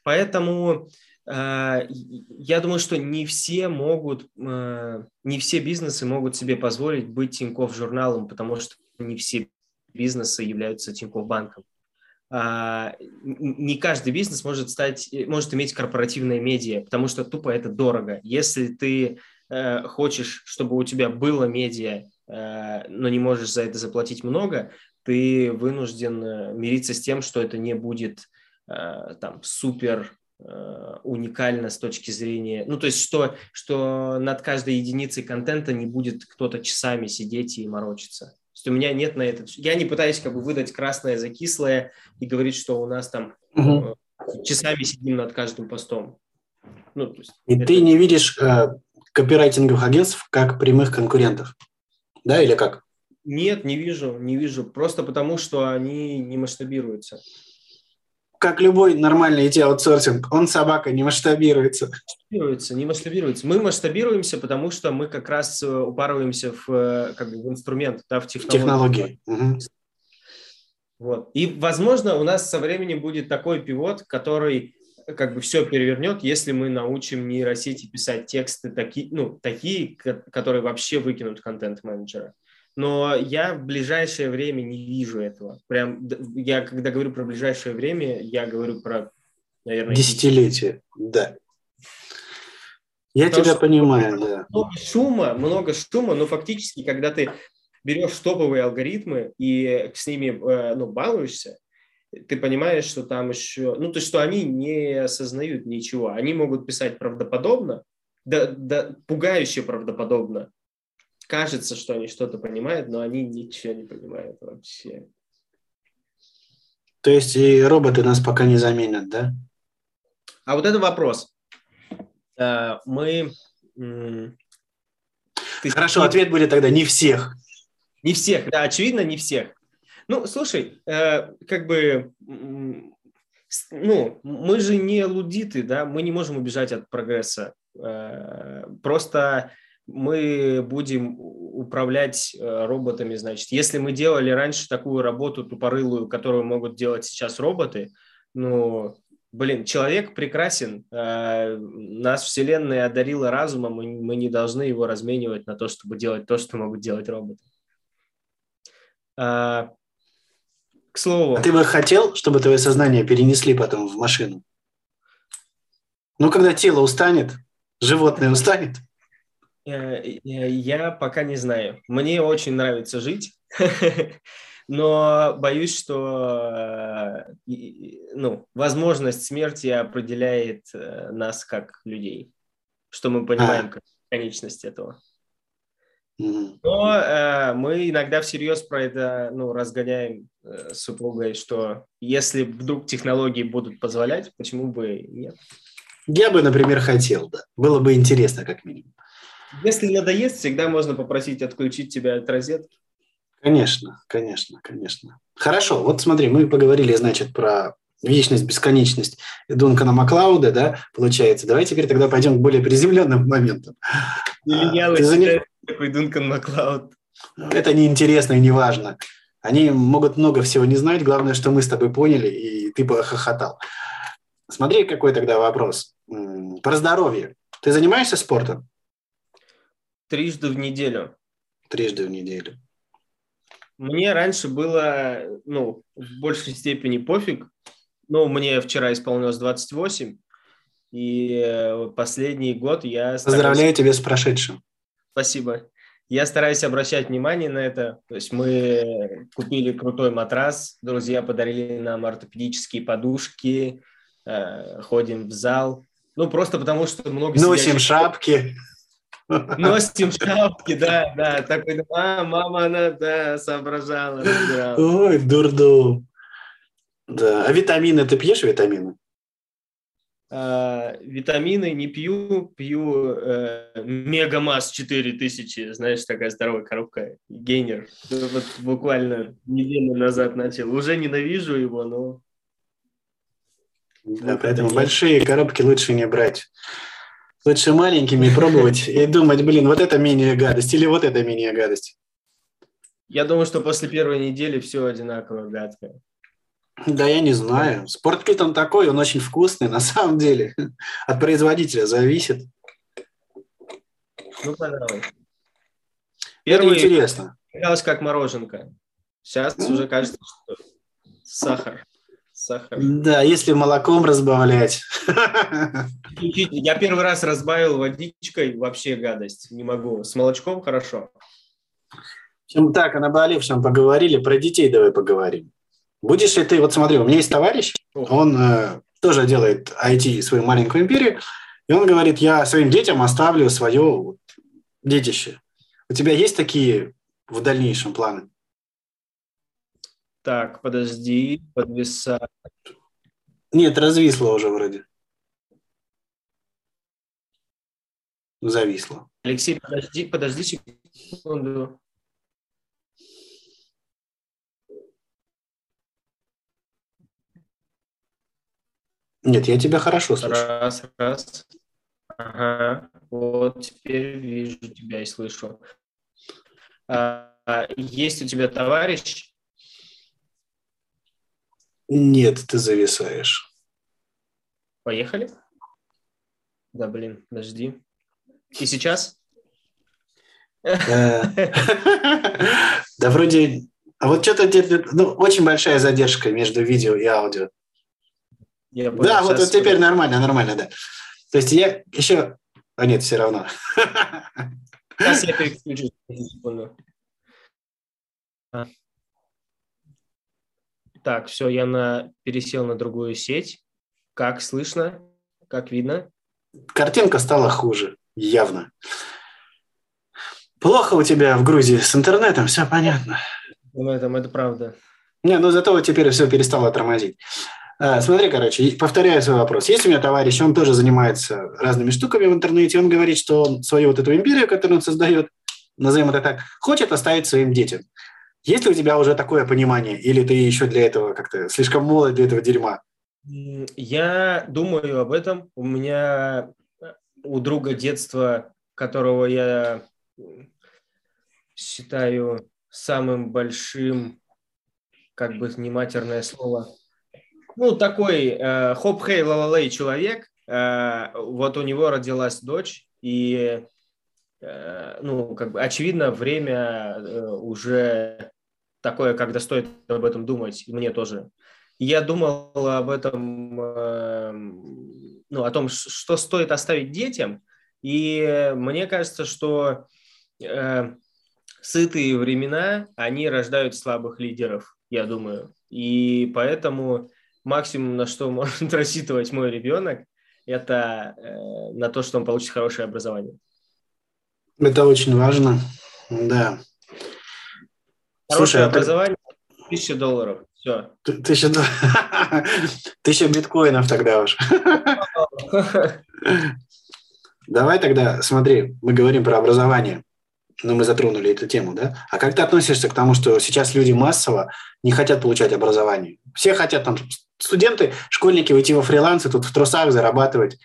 Поэтому э, я думаю, что не все могут, э, не все бизнесы могут себе позволить быть Тинькофф журналом, потому что не все бизнесы являются Тинькофф банком. А, не каждый бизнес может стать, может иметь корпоративное медиа, потому что тупо это дорого. Если ты э, хочешь, чтобы у тебя было медиа, э, но не можешь за это заплатить много, ты вынужден мириться с тем, что это не будет э, там супер э, уникально с точки зрения, ну то есть что, что над каждой единицей контента не будет кто-то часами сидеть и морочиться. То есть у меня нет на это... Я не пытаюсь как бы выдать красное за кислое и говорить, что у нас там Угу. э, часами сидим над каждым постом. Ну, то есть И это... ты не видишь э, копирайтинговых агентств как прямых конкурентов, да, или как? Нет, не вижу, не вижу. Просто потому, что они не масштабируются. Как любой нормальный ай ти-аутсорсинг, он, собака, не масштабируется. Масштабируется, не масштабируется. Мы масштабируемся, потому что мы как раз упарываемся в, как бы, в инструмент, да, в технологии. Технологии. Угу. Вот. И, возможно, у нас со временем будет такой пивот, который как бы все перевернет, если мы научим нейросети писать тексты такие, ну, такие, которые вообще выкинут контент-менеджера. Но я в ближайшее время не вижу этого. Прям я, когда говорю про ближайшее время, я говорю про, наверное, десятилетие, да. Я Потому тебя что понимаю, да. Много шума, много шума, но фактически, когда ты берешь топовые алгоритмы и с ними ну, балуешься, ты понимаешь, что там еще... Ну, то есть, что они не осознают ничего. Они могут писать правдоподобно, да, да, пугающе правдоподобно. Кажется, что они что-то понимают, но они ничего не понимают вообще. То есть и роботы нас пока не заменят, да? А вот это вопрос. Мы... Хорошо, ответ будет тогда не всех. Не всех, да, очевидно, не всех. Ну, слушай, э, как бы, ну, мы же не лудиты, да, мы не можем убежать от прогресса. Э, просто мы будем управлять э, роботами, значит. Если мы делали раньше такую работу тупорылую, которую могут делать сейчас роботы, ну, блин, человек прекрасен. Э, нас Вселенная одарила разумом, мы, мы не должны его разменивать на то, чтобы делать то, что могут делать роботы. Э, К слову. А ты бы хотел, чтобы твое сознание перенесли потом в машину? Ну, когда тело устанет, животное устанет? Я пока не знаю. Мне очень нравится жить, но боюсь, что ну, возможность смерти определяет нас как людей, что мы понимаем как конечность этого. Но э, мы иногда всерьез про это ну, разгоняем э, с супругой, что если вдруг технологии будут позволять, почему бы нет? Я бы, например, хотел, да. Было бы интересно, как минимум. Если надоест, всегда можно попросить отключить тебя от розетки. Конечно, конечно, конечно. Хорошо, вот смотри, мы поговорили, значит, про вечность, бесконечность Дункана Маклауда, да, получается. Давай теперь тогда пойдем к более приземленным моментам. Я заним... такой Дункан Маклауд. Это неинтересно и не важно. Они могут много всего не знать, главное, что мы с тобой поняли, и ты похохотал. Смотри, какой тогда вопрос. Про здоровье. Ты занимаешься спортом? Трижды в неделю. Трижды в неделю. Мне раньше было, ну, в большей степени пофиг. Но мне вчера исполнилось двадцать восемь, и последний год я... Поздравляю тебя с прошедшим. Спасибо. Я стараюсь обращать внимание на это. То есть мы купили крутой матрас, друзья подарили нам ортопедические подушки, э, ходим в зал. Ну, просто потому что много... Носим сидящих... шапки. Носим шапки, да, да. Такой, а, мама, она, да, соображала. разбирала. Ой, дурдом. Да. А витамины, ты пьешь витамины? А, витамины не пью, пью э, Мегамаз четыре тысячи, знаешь, такая здоровая коробка, гейнер. Вот буквально неделю назад начал. Уже ненавижу его, но... Да, поэтому большие коробки лучше не брать. Лучше маленькими пробовать и думать, блин, вот это менее гадость или вот это менее гадость. Я думаю, что после первой недели все одинаково гадкое. Да, я не знаю. Спорткит он такой, он очень вкусный, на самом деле. От производителя зависит. Ну, пожалуй. Это Первый интересно. казалось как мороженка. Сейчас уже кажется, что сахар. Сахар. Да, если молоком разбавлять. Я первый раз разбавил водичкой, вообще гадость. Не могу. С молочком хорошо. Так, о наболевшем поговорили, про детей давай поговорим. Будешь ли ты, вот смотри, у меня есть товарищ, он э, тоже делает ай ти, свою маленькую империю, и он говорит, я своим детям оставлю свое вот, детище. У тебя есть такие в дальнейшем планы? Так, подожди, подвисать. Нет, развисло уже вроде. Зависло. Алексей, подожди, подожди секунду. Нет, я тебя хорошо слышу. Раз, раз. Ага, вот теперь вижу тебя и слышу. А, есть у тебя товарищ? Нет, ты зависаешь. Поехали? Да, блин, подожди. И сейчас? Да вроде... А вот что-то... Ну, очень большая задержка между видео и аудио. Да, вот теперь нормально, нормально, да. То есть я еще... А нет, все равно. Сейчас я переключусь. Секунду. Так, все, я на... пересел на другую сеть. Как слышно? Как видно? Картинка стала хуже, явно. Плохо у тебя в Грузии с интернетом, все понятно. Ну, это, это правда. Не, ну зато вот теперь все перестало тормозить. А, смотри, короче, повторяю свой вопрос. Есть у меня товарищ, он тоже занимается разными штуками в интернете, он говорит, что он свою вот эту империю, которую он создает, назовем это так, хочет оставить своим детям. Есть ли у тебя уже такое понимание, или ты еще для этого как-то слишком молод для этого дерьма? Я думаю об этом. У меня у друга детства, которого я считаю самым большим, как бы не матерное слово, ну, такой э, хоп-хей-ла-ла-лей человек. Э, вот у него родилась дочь, и, э, ну, как бы, очевидно, время э, уже такое, когда стоит об этом думать, мне тоже. Я думал об этом, э, ну, о том, что стоит оставить детям, и мне кажется, что э, сытые времена, они рождают слабых лидеров, я думаю. И поэтому максимум, на что может рассчитывать мой ребенок, это э, на то, что он получит хорошее образование. Это очень важно, да. Хорошее Слушай, образование – тысяча долларов. Все. Тысяча, тысяча биткоинов тогда уж. Давай тогда, смотри, мы говорим про образование, но мы затронули эту тему, да? А как ты относишься к тому, что сейчас люди массово не хотят получать образование? Все хотят, там, студенты, школьники уйти во фриланс и тут в трусах зарабатывать.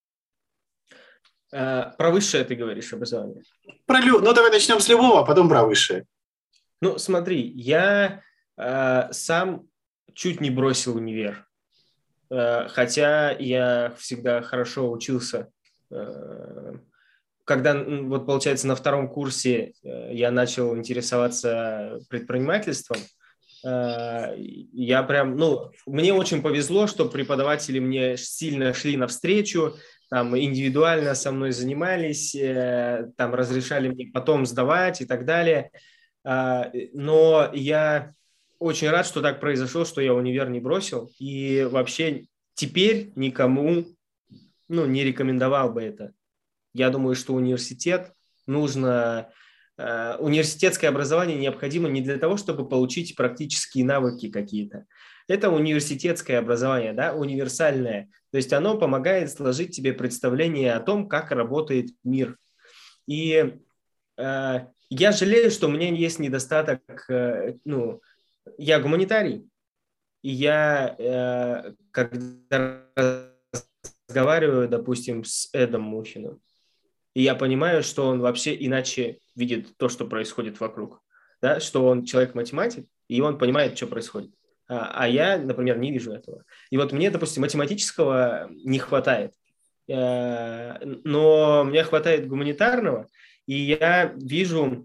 Про высшее ты говоришь образование? Про лю... Ну, давай начнем с любого, а потом про высшее. Ну, смотри, я э, сам чуть не бросил универ, э, хотя я всегда хорошо учился. Э, когда, вот получается, на втором курсе э, я начал интересоваться предпринимательством, э, я прям, ну, мне очень повезло, что преподаватели мне сильно шли навстречу, там индивидуально со мной занимались, э, там разрешали мне потом сдавать и так далее. Но я очень рад, что так произошло, что я универ не бросил. И вообще теперь никому, ну, не рекомендовал бы это. Я думаю, что университет нужно... Э, университетское образование необходимо не для того, чтобы получить практические навыки какие-то. Это университетское образование, да, универсальное. То есть оно помогает сложить тебе представление о том, как работает мир. И... Э, Я жалею, что у меня есть недостаток, ну, я гуманитарий, и я, э, когда разговариваю, допустим, с Эдом Мухиным, и я понимаю, что он вообще иначе видит то, что происходит вокруг, да, что он человек-математик, и он понимает, что происходит. а, а я, например, не вижу этого. И вот мне, допустим, математического не хватает, э, но мне хватает гуманитарного, и я вижу,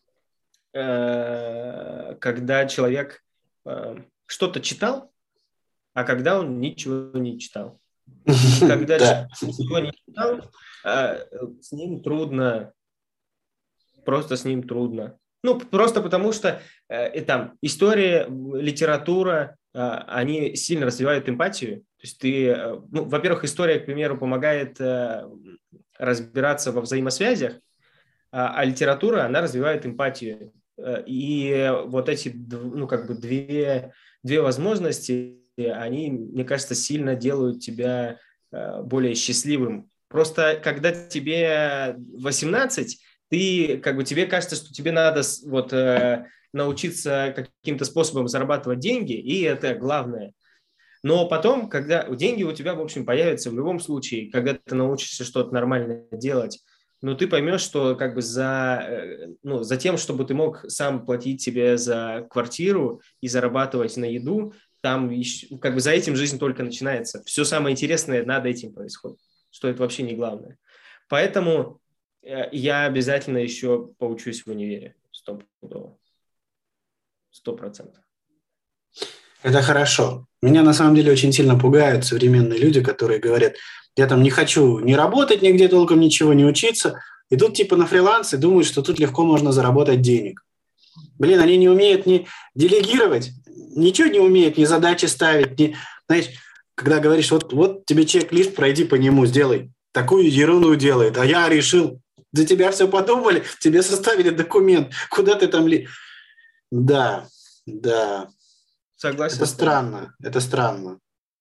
э, когда человек э, что-то читал, а когда он ничего не читал. И когда человек ничего не читал, э, с ним трудно, просто с ним трудно. Ну, просто потому что э, там история, литература, э, они сильно развивают эмпатию. То есть ты, э, ну, во-первых, история, к примеру, помогает э, разбираться во взаимосвязях, а, а литература, она развивает эмпатию. И вот эти, ну, как бы две, две возможности, они, мне кажется, сильно делают тебя э, более счастливым. Просто когда тебе восемнадцать, ты, как бы, тебе кажется, что тебе надо вот, э, научиться каким-то способом зарабатывать деньги, и это главное. Но потом, когда деньги у тебя, в общем, появятся в любом случае, когда ты научишься что-то нормально делать, но ты поймешь, что как бы за, ну, за тем, чтобы ты мог сам платить себе за квартиру и зарабатывать на еду, там еще, как бы за этим жизнь только начинается. Все самое интересное над этим происходит, что это вообще не главное. Поэтому я обязательно еще поучусь в универе. Стопудово. Сто процентов. Это хорошо. Меня на самом деле очень сильно пугают современные люди, которые говорят, я там не хочу ни работать нигде толком, ничего не учиться, идут типа на фриланс и думают, что тут легко можно заработать денег. Блин, они не умеют ни делегировать, ничего не умеют, ни задачи ставить, ни... Знаешь, когда говоришь, вот, вот тебе чек-лист, пройди по нему, сделай. Такую ерунду делает, а я решил, за тебя все подумали, тебе составили документ, куда ты там... Ли... Да, да. Согласен. Это странно, это странно.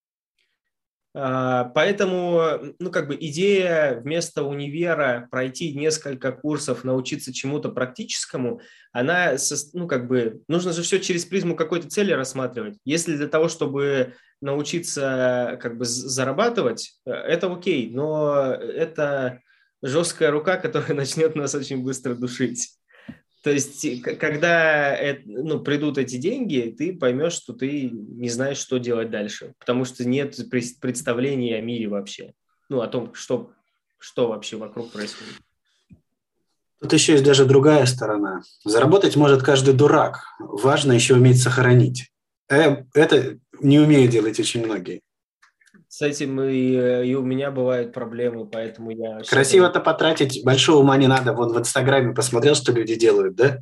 Поэтому, ну, как бы идея вместо универа пройти несколько курсов, научиться чему-то практическому, она, ну, как бы, нужно же все через призму какой-то цели рассматривать. Если для того, чтобы научиться, как бы, зарабатывать, это окей, но это жесткая рука, которая начнет нас очень быстро душить. То есть, когда ну, придут эти деньги, ты поймешь, что ты не знаешь, что делать дальше, потому что нет представления о мире вообще, ну, о том, что, что вообще вокруг происходит. Тут еще есть даже другая сторона. Заработать может каждый дурак. Важно еще уметь сохранить. Это не умеют делать очень многие. С этим и, и у меня бывают проблемы, поэтому я... Красиво-то потратить большого ума не надо. Вон в Инстаграме посмотрел, что люди делают, да?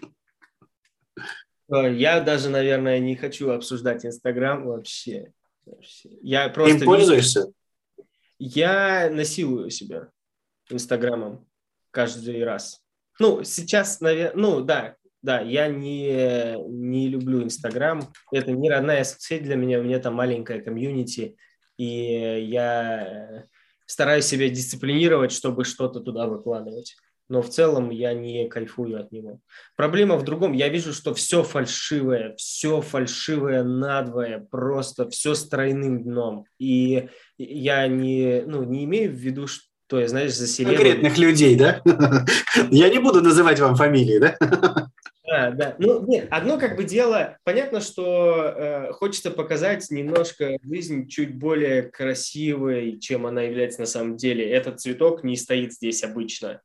Я даже, наверное, не хочу обсуждать Инстаграм вообще. вообще. Я просто Ты им пользуешься? Вижу, я насилую себя Инстаграмом каждый раз. Ну, сейчас, наверное... Ну, да, да, я не, не люблю Инстаграм. Это не родная соцсеть для меня. У меня там маленькая комьюнити. И я стараюсь себя дисциплинировать, чтобы что-то туда выкладывать. Но в целом я не кайфую от него. Проблема в другом. Я вижу, что все фальшивое, все фальшивое надвое, просто все с тройным дном. И я не, ну, не имею в виду, что я, знаешь, за селебрити. Конкретных людей, да? Я не буду называть вам фамилии, да? Да, да. Ну, нет, одно как бы дело, понятно, что э, хочется показать немножко жизнь чуть более красивой, чем она является на самом деле. Этот цветок не стоит здесь обычно.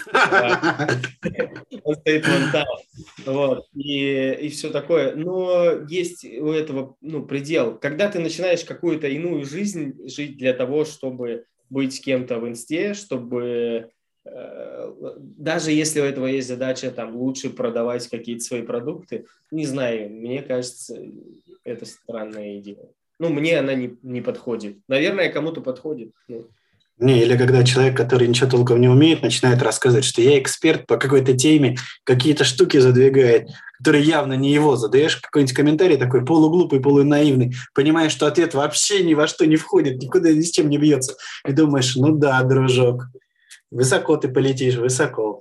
Он стоит вон там. Вот. И, и все такое. Но есть у этого, ну, предел. Когда ты начинаешь какую-то иную жизнь жить для того, чтобы быть кем-то в инсте, чтобы... Даже если у этого есть задача там лучше продавать какие-то свои продукты, не знаю, мне кажется, это странная идея. Ну, мне она не, не подходит. Наверное, кому-то подходит. Ну. Не, или когда человек, который ничего толком не умеет, начинает рассказывать, что я эксперт по какой-то теме, какие-то штуки задвигает, которые явно не его. Задаешь какой-нибудь комментарий такой полуглупый, полунаивный, понимаешь, что ответ вообще ни во что не входит, никуда ни с чем не бьется. И думаешь, ну да, дружок, высоко ты полетишь, высоко.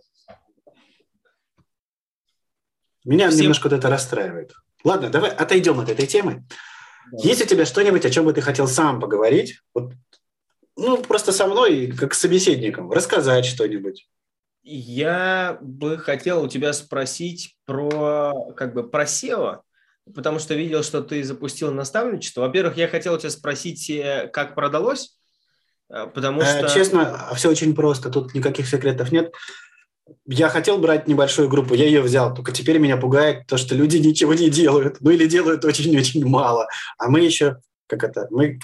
Меня Всем... немножко вот это расстраивает. Ладно, давай отойдем от этой темы. Да. Есть у тебя что-нибудь, о чем бы ты хотел сам поговорить? Вот, ну, просто со мной, как с собеседником, рассказать что-нибудь. Я бы хотел у тебя спросить про, как бы, про сео. потому что видел, что ты запустил наставничество. Во-первых, я хотел тебя спросить, как продалось, потому что... Честно, все очень просто, тут никаких секретов нет. Я хотел брать небольшую группу, я ее взял, только теперь меня пугает то, что люди ничего не делают, ну или делают очень-очень мало, а мы еще, как это, мы,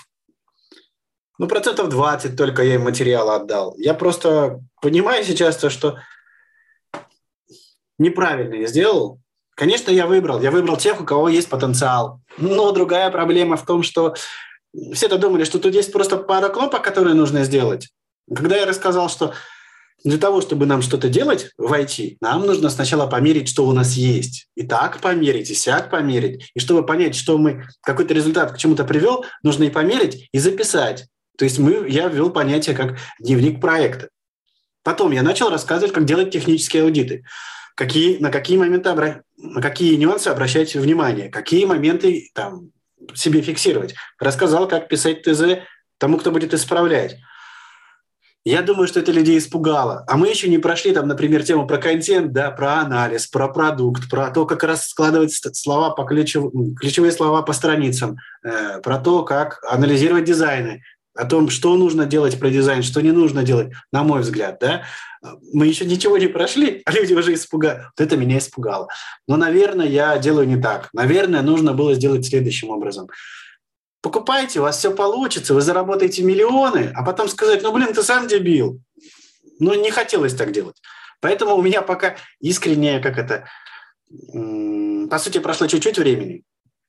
ну процентов двадцать только я им материала отдал. Я просто понимаю сейчас то, что неправильно я сделал. Конечно, я выбрал, я выбрал тех, у кого есть потенциал, но другая проблема в том, что все-то думали, что тут есть просто пара кнопок, которые нужно сделать. Когда я рассказал, что для того, чтобы нам что-то делать в ай ти, нам нужно сначала померить, что у нас есть. И так померить, и сяк померить. И чтобы понять, что мы какой-то результат к чему-то привел, нужно и померить, и записать. То есть мы, я ввел понятие как дневник проекта. Потом я начал рассказывать, как делать технические аудиты. Какие, на, какие моменты обра... на какие нюансы обращать внимание, какие моменты там, себе фиксировать. Рассказал, как писать ТЗ тому, кто будет исправлять. Я думаю, что это людей испугало. А мы еще не прошли, там, например, тему про контент, да, про анализ, про продукт, про то, как раз складывать слова по ключев... ключевые слова по страницам, э, про то, как анализировать дизайны, о том, что нужно делать про дизайн, что не нужно делать, на мой взгляд, да. Мы еще ничего не прошли, а люди уже испугали. Вот это меня испугало. Но, наверное, я делаю не так. Наверное, нужно было сделать следующим образом. Покупайте, у вас все получится, вы заработаете миллионы, а потом сказать, ну, блин, ты сам дебил. Ну, не хотелось так делать. Поэтому у меня пока искренне, как это, по сути, прошло чуть-чуть времени.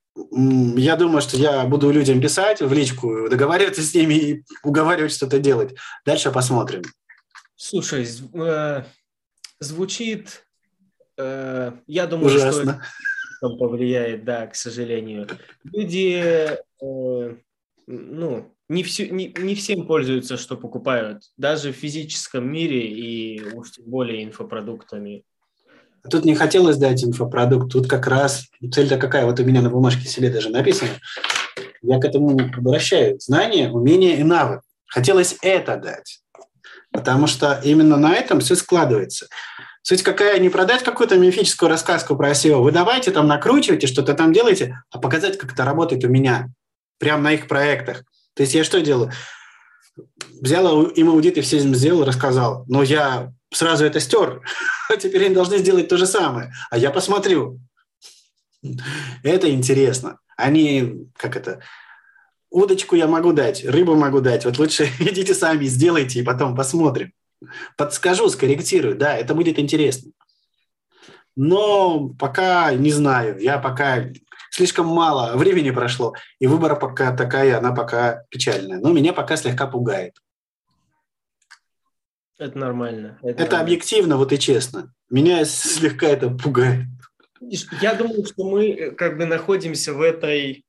Я думаю, что я буду людям писать в личку, договариваться с ними и уговаривать что-то делать. Дальше посмотрим. Слушай, э, звучит, э, я думаю, ужасно. Что повлияет, да, к сожалению. Люди, э, ну, не, все, не, не всем пользуются, что покупают, даже в физическом мире и уж тем более инфопродуктами. Тут не хотелось дать инфопродукт, тут как раз цель-то какая, вот у меня на бумажке себе даже написано, я к этому обращаю, знания, умения и навык. Хотелось это дать, потому что именно на этом все складывается. Суть какая, не продать какую-то мифическую рассказку про сео, вы давайте там накручивайте, что-то там делаете, а показать, как это работает у меня, прямо на их проектах. То есть я что делаю? Взял им аудит и все им сделал, рассказал, но я сразу это стер, а теперь они должны сделать то же самое, а я посмотрю. Это интересно. Они, как это, удочку я могу дать, рыбу могу дать, вот лучше идите сами, сделайте, и потом посмотрим. Подскажу, скорректирую, да, это будет интересно. Но пока не знаю, я пока слишком мало времени прошло, и выбора пока такая, она пока печальная. Но меня пока слегка пугает. Это нормально. Это, это нормально. Объективно, вот и честно. Меня слегка это пугает. Я думаю, что мы как бы находимся в этой...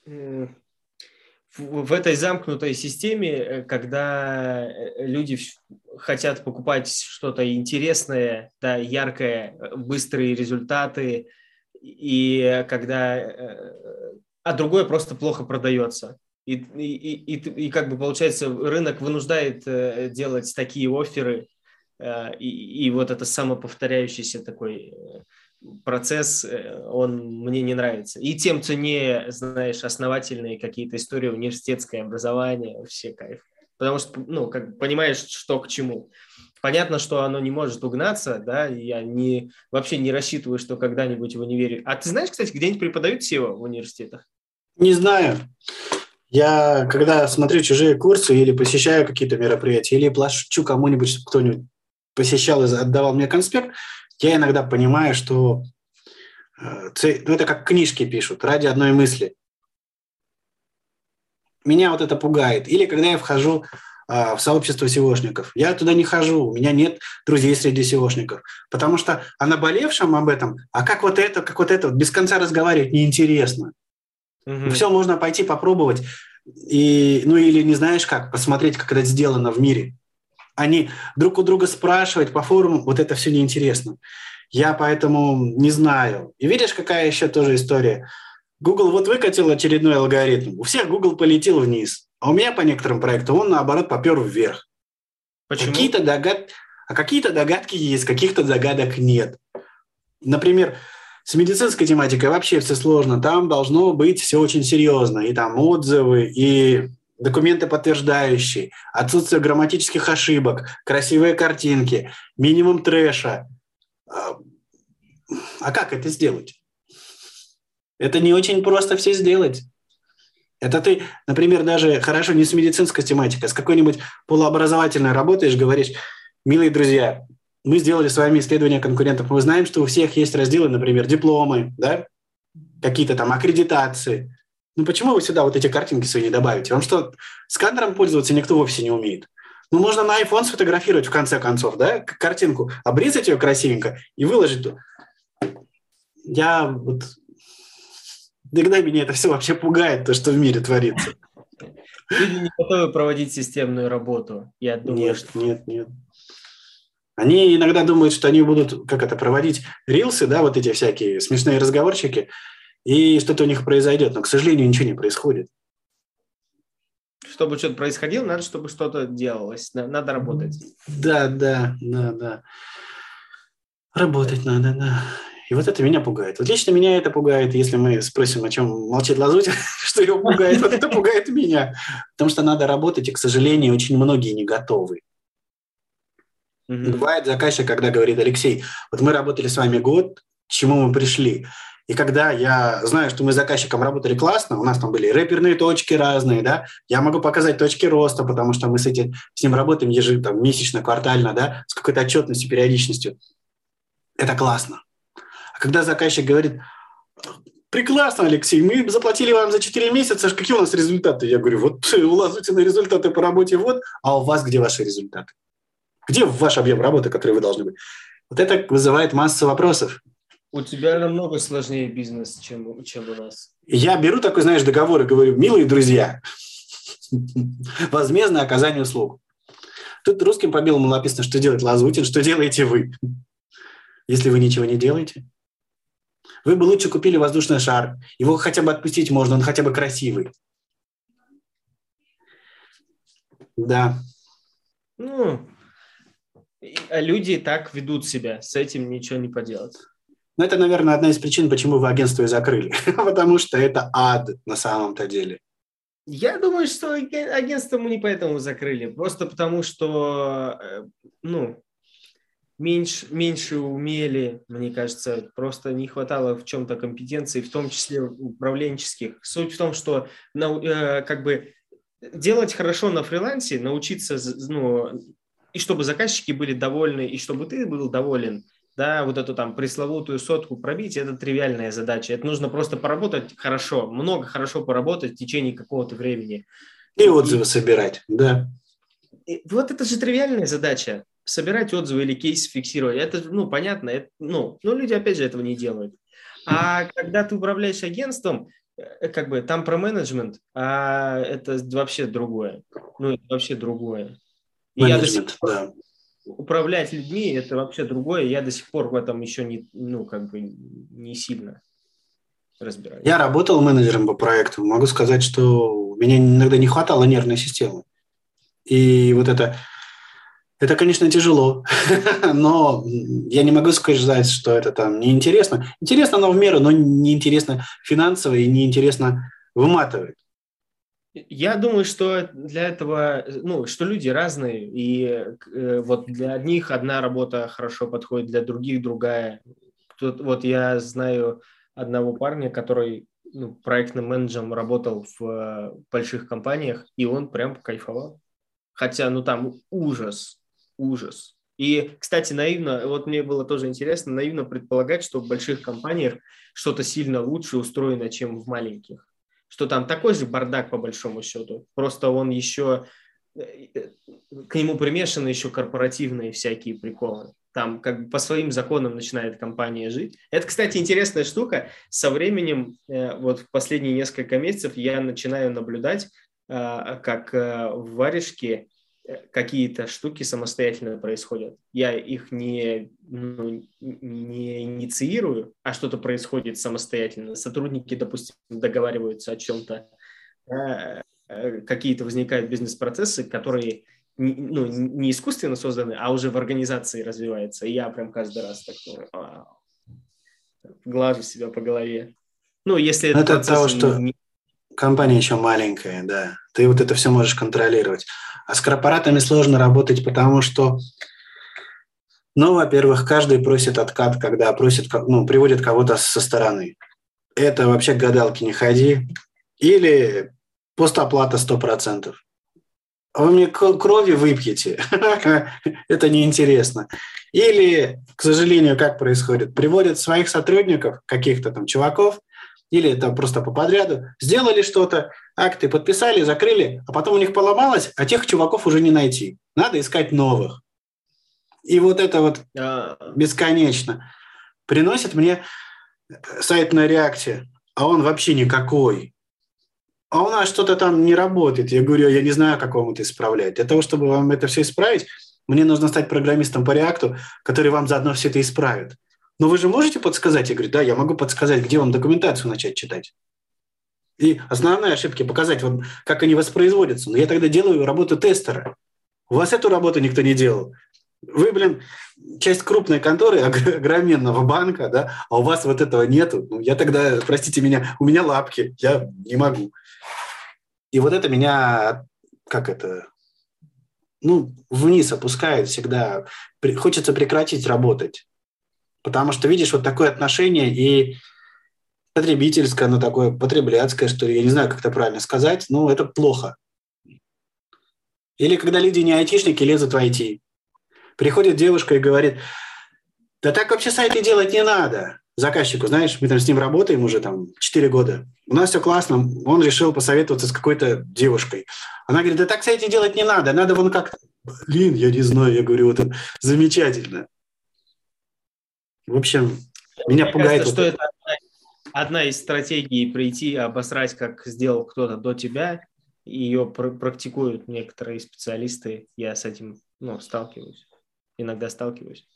в этой замкнутой системе, когда люди хотят покупать что-то интересное, да, яркое, быстрые результаты, и когда... а другое просто плохо продается. И, и, и, и как бы получается, рынок вынуждает делать такие офферы, и, и вот это самоповторяющийся такой... процесс, он мне не нравится. И тем ценнее, знаешь, основательные какие-то истории, университетское образование, вообще кайф. Потому что, ну, как понимаешь, что к чему. Понятно, что оно не может угнаться, да, и я не, вообще не рассчитываю, что когда-нибудь в универе... А ты знаешь, кстати, где-нибудь преподают сео в университетах? Не знаю. Я, когда смотрю чужие курсы или посещаю какие-то мероприятия, или плачу кому-нибудь, чтобы кто-нибудь посещал и отдавал мне конспект, я иногда понимаю, что ну, это как книжки пишут, ради одной мысли. Меня вот это пугает. Или когда я вхожу а, в сообщество сеошников. Я туда не хожу, у меня нет друзей среди сеошников. Потому что о наболевшем об этом, а как вот это, как вот это, без конца разговаривать неинтересно. Mm-hmm. Все можно пойти попробовать, и, ну или не знаешь как, посмотреть, как это сделано в мире. Они друг у друга спрашивать по форуму, вот это все неинтересно. Я поэтому не знаю. И видишь, какая еще тоже история. Google вот выкатил очередной алгоритм. У всех Google полетел вниз. А у меня по некоторым проектам он, наоборот, попер вверх. Почему? Какие-то догад... А какие-то догадки есть, каких-то догадок нет. Например, С медицинской тематикой вообще все сложно. Там должно быть все очень серьезно. И там отзывы, и документы подтверждающие, отсутствие грамматических ошибок, красивые картинки, минимум трэша. А как это сделать? Это не очень просто все сделать. Это ты, например, даже хорошо не с медицинской тематикой, а с какой-нибудь полуобразовательной работаешь, говоришь: милые друзья, мы сделали с вами исследование конкурентов, мы знаем, что у всех есть разделы, например, дипломы, да, какие-то там аккредитации. Ну почему вы сюда вот эти картинки свои не добавите? Вам что, сканером пользоваться никто вовсе не умеет? Ну можно на iPhone сфотографировать в конце концов, да, картинку, обрезать ее красивенько и выложить. Я вот... Иногда меня это все вообще пугает, то, что в мире творится. Люди не готовы проводить системную работу, я думаю. Нет, что... нет, нет. Они иногда думают, что они будут, как это, проводить рилсы, да, вот эти всякие смешные разговорчики, и что-то у них произойдет, но, к сожалению, ничего не происходит. Чтобы что-то происходило, надо, чтобы что-то делалось, надо работать. Да, да, да, да. Работать надо, да. И вот это меня пугает. Вот лично меня это пугает. Если мы спросим, о чем молчит Лазутин, что его пугает, вот это пугает меня. Потому что надо работать, и, к сожалению, очень многие не готовы. Mm-hmm. Бывает заказчик, когда говорит: Алексей, вот мы работали с вами год, к чему мы пришли? И когда я знаю, что мы с заказчиком работали классно, у нас там были рэперные точки разные, да, я могу показать точки роста, потому что мы с, этим, с ним работаем ежемесячно, месячно, квартально, да, с какой-то отчетностью, периодичностью. Это классно. А когда заказчик говорит: прекрасно, Алексей, мы заплатили вам за четыре месяца, какие у нас результаты? Я говорю: вот у Лазутина результаты по работе вот, а у вас где ваши результаты? Где ваш объем работы, который вы должны быть? Вот это вызывает массу вопросов. У тебя намного сложнее бизнес, чем, чем у нас. Я беру такой, знаешь, договор и говорю: милые друзья, возмездное оказание услуг. Тут русским по белому написано, что делает Лазутин, что делаете вы. Если вы ничего не делаете, вы бы лучше купили воздушный шар. Его хотя бы отпустить можно, он хотя бы красивый. Да. Ну, а люди так ведут себя, с этим ничего не поделать. Ну, это, наверное, одна из причин, почему вы агентство и закрыли. Потому что это ад на самом-то деле. Я думаю, что агентство мы не поэтому закрыли. Просто потому, что, ну, меньше, меньше умели, мне кажется. Просто не хватало в чем-то компетенций, в том числе управленческих. Суть в том, что, как бы, делать хорошо на фрилансе, научиться, ну, и чтобы заказчики были довольны, и чтобы ты был доволен. Да, вот эту там пресловутую сотку пробить – это тривиальная задача. Это нужно просто поработать хорошо, много хорошо поработать в течение какого-то времени. И отзывы и, собирать, да. И, вот это же тривиальная задача. Собирать отзывы или кейсы фиксировать. Это, ну, понятно. Это, ну, но люди, опять же, этого не делают. А когда ты управляешь агентством, как бы там про менеджмент, а это вообще другое. Ну, это вообще другое. И менеджмент, я да. Управлять людьми – это вообще другое. Я до сих пор в этом еще не, ну, как бы не сильно разбираюсь. Я работал менеджером по проекту. Могу сказать, что у меня иногда не хватало нервной системы. И вот это, это, конечно, тяжело. Но я не могу сказать, что это там неинтересно. Интересно, но в меру, но неинтересно финансово и неинтересно выматывает. Я думаю, что для этого, ну, что люди разные, и э, вот для одних одна работа хорошо подходит, для других другая. Тут, вот я знаю одного парня, который, ну, проектным менеджером работал в э, больших компаниях, и он прям кайфовал. Хотя, ну, там ужас, ужас. И, кстати, наивно, вот мне было тоже интересно, наивно предполагать, что в больших компаниях что-то сильно лучше устроено, чем в маленьких. Что там такой же бардак по большому счету, просто он еще, к нему примешаны еще корпоративные всякие приколы. Там как бы по своим законам начинает компания жить. Это, кстати, интересная штука. Со временем, вот в последние несколько месяцев я начинаю наблюдать, как в варежке какие-то штуки самостоятельно происходят. Я их не, ну, не инициирую, а что-то происходит самостоятельно. Сотрудники, допустим, договариваются о чем-то. Какие-то возникают бизнес-процессы, которые, ну, не искусственно созданы, а уже в организации развиваются. И я прям каждый раз так думаю: глажу себя по голове. Ну, если Но этот это от того, процесс что не... компания еще маленькая, да. Ты вот это все можешь контролировать. А с корпоратами сложно работать, потому что, ну, во-первых, каждый просит откат, когда просит, ну, приводит кого-то со стороны. Это вообще к гадалке не ходи. Или постоплата сто процентов. А вы мне крови выпьете. Это неинтересно. Или, к сожалению, как происходит? Приводят своих сотрудников, каких-то там чуваков, или там просто по подряду, сделали что-то, акты подписали, закрыли, а потом у них поломалось, а тех чуваков уже не найти. Надо искать новых. И вот это вот бесконечно. Приносит мне сайт на реакте, а он вообще никакой. А у нас что-то там не работает. Я говорю, я не знаю, как вам это исправлять. Для того, чтобы вам это все исправить, мне нужно стать программистом по реакту, который вам заодно все это исправит. Но вы же можете подсказать? Я говорю, да, я могу подсказать, где вам документацию начать читать. И основные ошибки показать вам, как они воспроизводятся. Но я тогда делаю работу тестера. У вас эту работу никто не делал. Вы, блин, часть крупной конторы, огроменного банка, да, а у вас вот этого нету. Ну, я тогда, простите меня, у меня лапки, я не могу. И вот это меня, как это, ну, вниз опускает всегда. Хочется прекратить работать. Потому что, видишь, вот такое отношение и потребительское, ну, такое потребляцкое, что ли, я не знаю, как это правильно сказать, но это плохо. Или когда люди не айтишники лезут в ай ти. Приходит девушка и говорит, да так вообще сайты делать не надо. Заказчику, знаешь, мы там с ним работаем уже там четыре года. У нас все классно, он решил посоветоваться с какой-то девушкой. Она говорит, да так сайты делать не надо, надо вон как-то. Блин, я не знаю, я говорю, вот это замечательно. В общем, меня Мне пугает. кажется, Вот что это одна из стратегий прийти, обосрать, как сделал кто-то до тебя. Ее пр- практикуют некоторые специалисты. Я с этим, ну, сталкиваюсь. Иногда сталкиваюсь.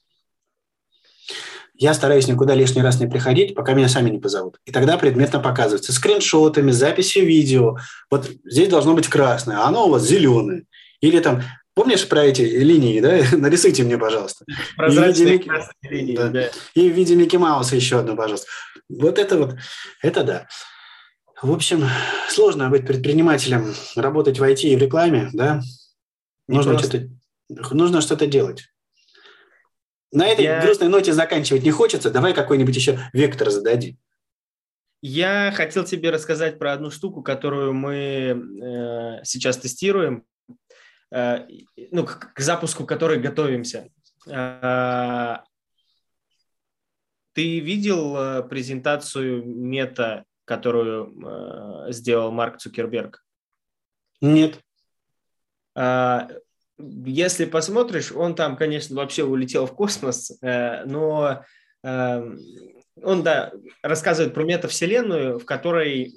Я стараюсь никуда лишний раз не приходить, пока меня сами не позовут. И тогда предметно показывается скриншотами, записью видео. Вот здесь должно быть красное, а оно у вас зеленое. Или там, помнишь про эти линии, да? Нарисуйте мне, пожалуйста. Прозрачные И в виде Микки... линии, да. да. И в виде Микки Мауса еще одну, пожалуйста. Вот это вот, это да. В общем, сложно быть предпринимателем, работать в ай ти и в рекламе, да? Нужно что-то, нужно что-то делать. На этой я... грустной ноте заканчивать не хочется. Давай какой-нибудь еще вектор зададим. Я хотел тебе рассказать про одну штуку, которую мы э, сейчас тестируем, э, ну, к, к запуску которой готовимся. Э, ты видел э, презентацию Мета, которую э, сделал Марк Цукерберг? Нет. Э, Если посмотришь, он там, конечно, вообще улетел в космос, э, но э, он, да, рассказывает про метавселенную, в которой,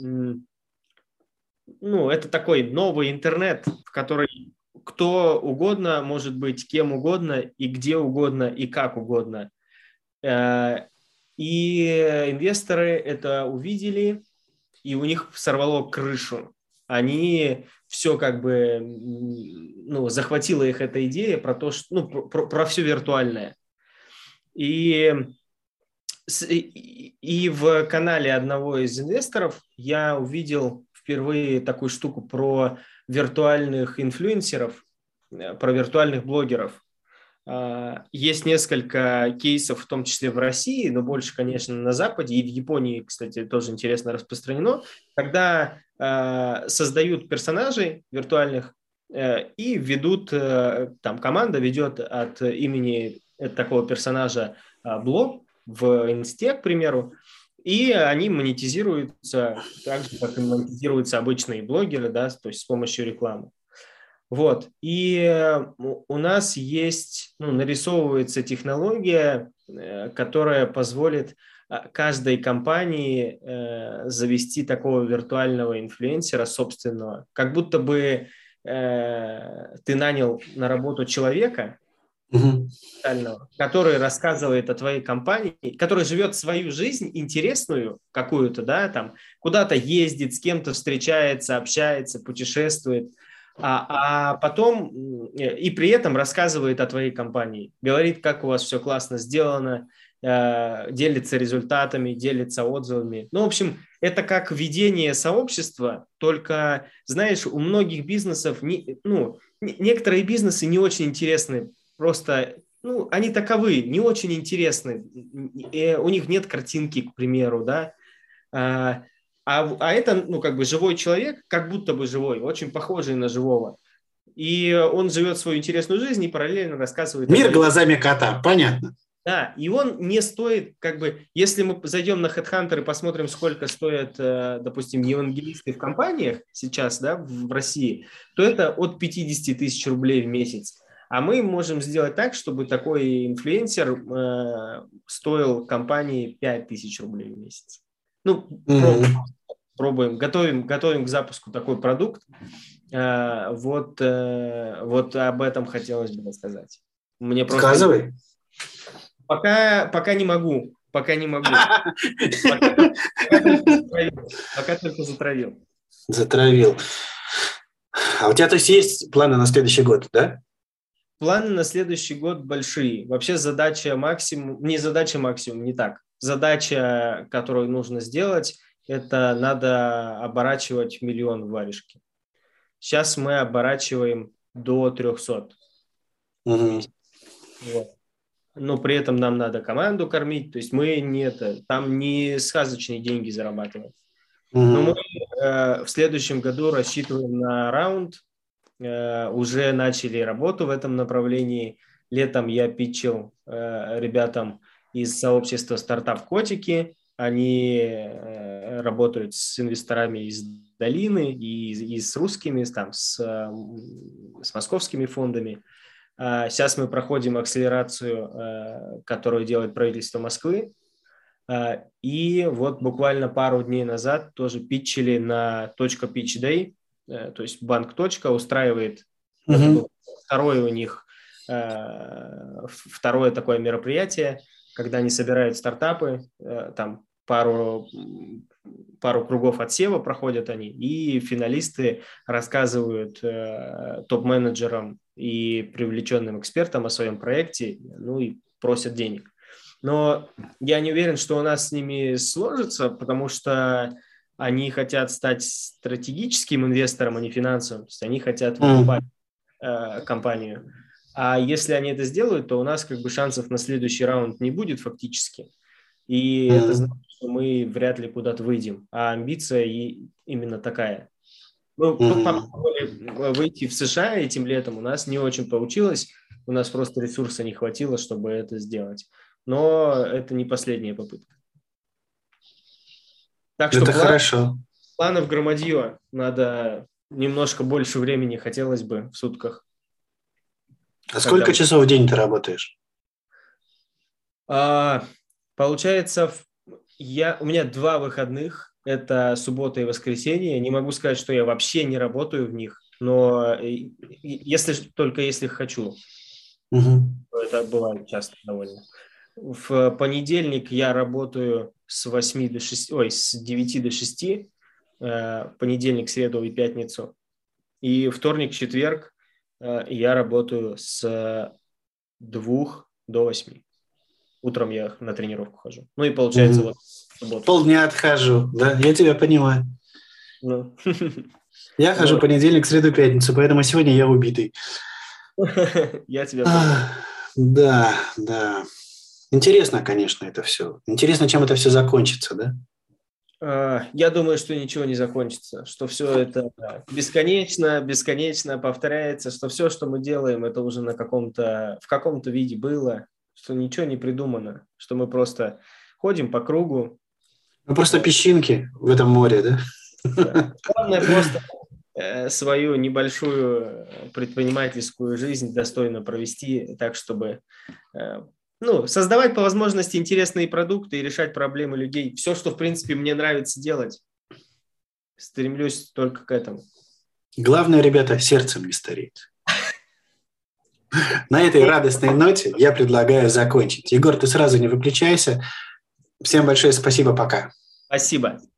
ну, это такой новый интернет, в которой кто угодно может быть кем угодно и где угодно и как угодно. Э, и инвесторы это увидели, и у них сорвало крышу. Они все как бы, ну, захватила их эта идея про то, что, ну, про, про все виртуальное. И, и, и в канале одного из инвесторов я увидел впервые такую штуку про виртуальных инфлюенсеров, про виртуальных блогеров. Есть несколько кейсов, в том числе в России, но больше, конечно, на Западе и в Японии, кстати, тоже интересно распространено, когда э, создают персонажей виртуальных э, и ведут, э, там команда ведет от имени такого персонажа э, блог в Инсте, к примеру, и они монетизируются так же, как и монетизируются обычные блогеры, да, то есть с помощью рекламы. Вот, и у нас есть, ну, нарисовывается технология, которая позволит каждой компании э, завести такого виртуального инфлюенсера собственного, как будто бы э, ты нанял на работу человека, угу. который рассказывает о твоей компании, который живет свою жизнь интересную какую-то, да, там куда-то ездит, с кем-то встречается, общается, путешествует. А, а потом и при этом рассказывает о твоей компании, говорит, как у вас все классно сделано, э, делится результатами, делится отзывами. Ну, в общем, это как ведение сообщества, только, знаешь, у многих бизнесов, не, ну, не, некоторые бизнесы не очень интересны, просто, ну, они таковы, не очень интересны, и у них нет картинки, к примеру, да, а, а, а это, ну, как бы живой человек, как будто бы живой, очень похожий на живого. И он живет свою интересную жизнь и параллельно рассказывает... Мир глазами кота, понятно. Да, и он не стоит, как бы, если мы зайдем на HeadHunter и посмотрим, сколько стоят, допустим, евангелисты в компаниях сейчас, да, в России, то это от пятьдесят тысяч рублей в месяц. А мы можем сделать так, чтобы такой инфлюенсер э, стоил компании пять тысяч рублей в месяц. Ну, mm-hmm. пробуем, готовим, готовим к запуску такой продукт. Э, вот, э, вот об этом хотелось бы рассказать. Мне просто... Сказывай. Пока, пока не могу, пока не могу. Пока только затравил. Затравил. А у тебя, то есть, есть планы на следующий год, да? Планы на следующий год большие. Вообще задача максимум, не задача максимум, не так. Задача, которую нужно сделать, это надо оборачивать миллион в варежке. Сейчас мы оборачиваем до трехсот. Угу. Вот. Но при этом нам надо команду кормить, то есть мы не это, там не сказочные деньги зарабатываем. Mm-hmm. Но мы э, в следующем году рассчитываем на раунд, э, уже начали работу в этом направлении. Летом я питчил э, ребятам из сообщества «Стартап Котики», они э, работают с инвесторами из долины и, и с русскими, там, с, э, с московскими фондами. Сейчас мы проходим акселерацию, которую делает правительство Москвы. И вот буквально пару дней назад тоже питчили на .pitch Day, то есть банк. устраивает mm-hmm. второе у них, второе такое мероприятие, когда они собирают стартапы, там пару, пару кругов отсева проходят они, и финалисты рассказывают топ-менеджерам и привлеченным экспертам о своем проекте, ну и просят денег. Но я не уверен, что у нас с ними сложится, потому что они хотят стать стратегическим инвестором, а не финансовым. То есть они хотят выкупать э, компанию. А если они это сделают, то у нас как бы шансов на следующий раунд не будет фактически. И mm-hmm. это значит, что мы вряд ли куда-то выйдем. А амбиция и именно такая. Мы попробовали выйти в США этим летом, у нас не очень получилось, у нас просто ресурса не хватило, чтобы это сделать. Но это не последняя попытка. Так что это план, хорошо. Планов громадье, надо немножко больше времени, хотелось бы в сутках. А Когда... сколько часов в день ты работаешь? А, получается, я, у меня два выходных. Это суббота и воскресенье. Не могу сказать, что я вообще не работаю в них, но если только если хочу. Угу. Это бывает часто довольно. В понедельник я работаю с восьми до шести, ой, с девяти до шести. Понедельник, среду и пятницу. И вторник, четверг я работаю с двух до восьми. Утром я на тренировку хожу. Ну и получается угу. вот полдня отхожу, да, я тебя понимаю. Ну. Я хожу ну. понедельник, среду, пятницу, поэтому сегодня я убитый. Я тебя понимаю. А, да, да. Интересно, конечно, это все. Интересно, чем это все закончится, да? А, я думаю, что ничего не закончится, что все это бесконечно, бесконечно повторяется, что все, что мы делаем, это уже на каком-то, в каком-то виде было, что ничего не придумано, что мы просто ходим по кругу. Ну, просто песчинки в этом море, да? Да. Главное просто э, свою небольшую предпринимательскую жизнь достойно провести так, чтобы э, ну, создавать по возможности интересные продукты и решать проблемы людей. Все, что, в принципе, мне нравится делать. Стремлюсь только к этому. Главное, ребята, сердцем не стареть. На этой радостной ноте я предлагаю закончить. Егор, ты сразу не выключайся. Всем большое спасибо, пока. Спасибо.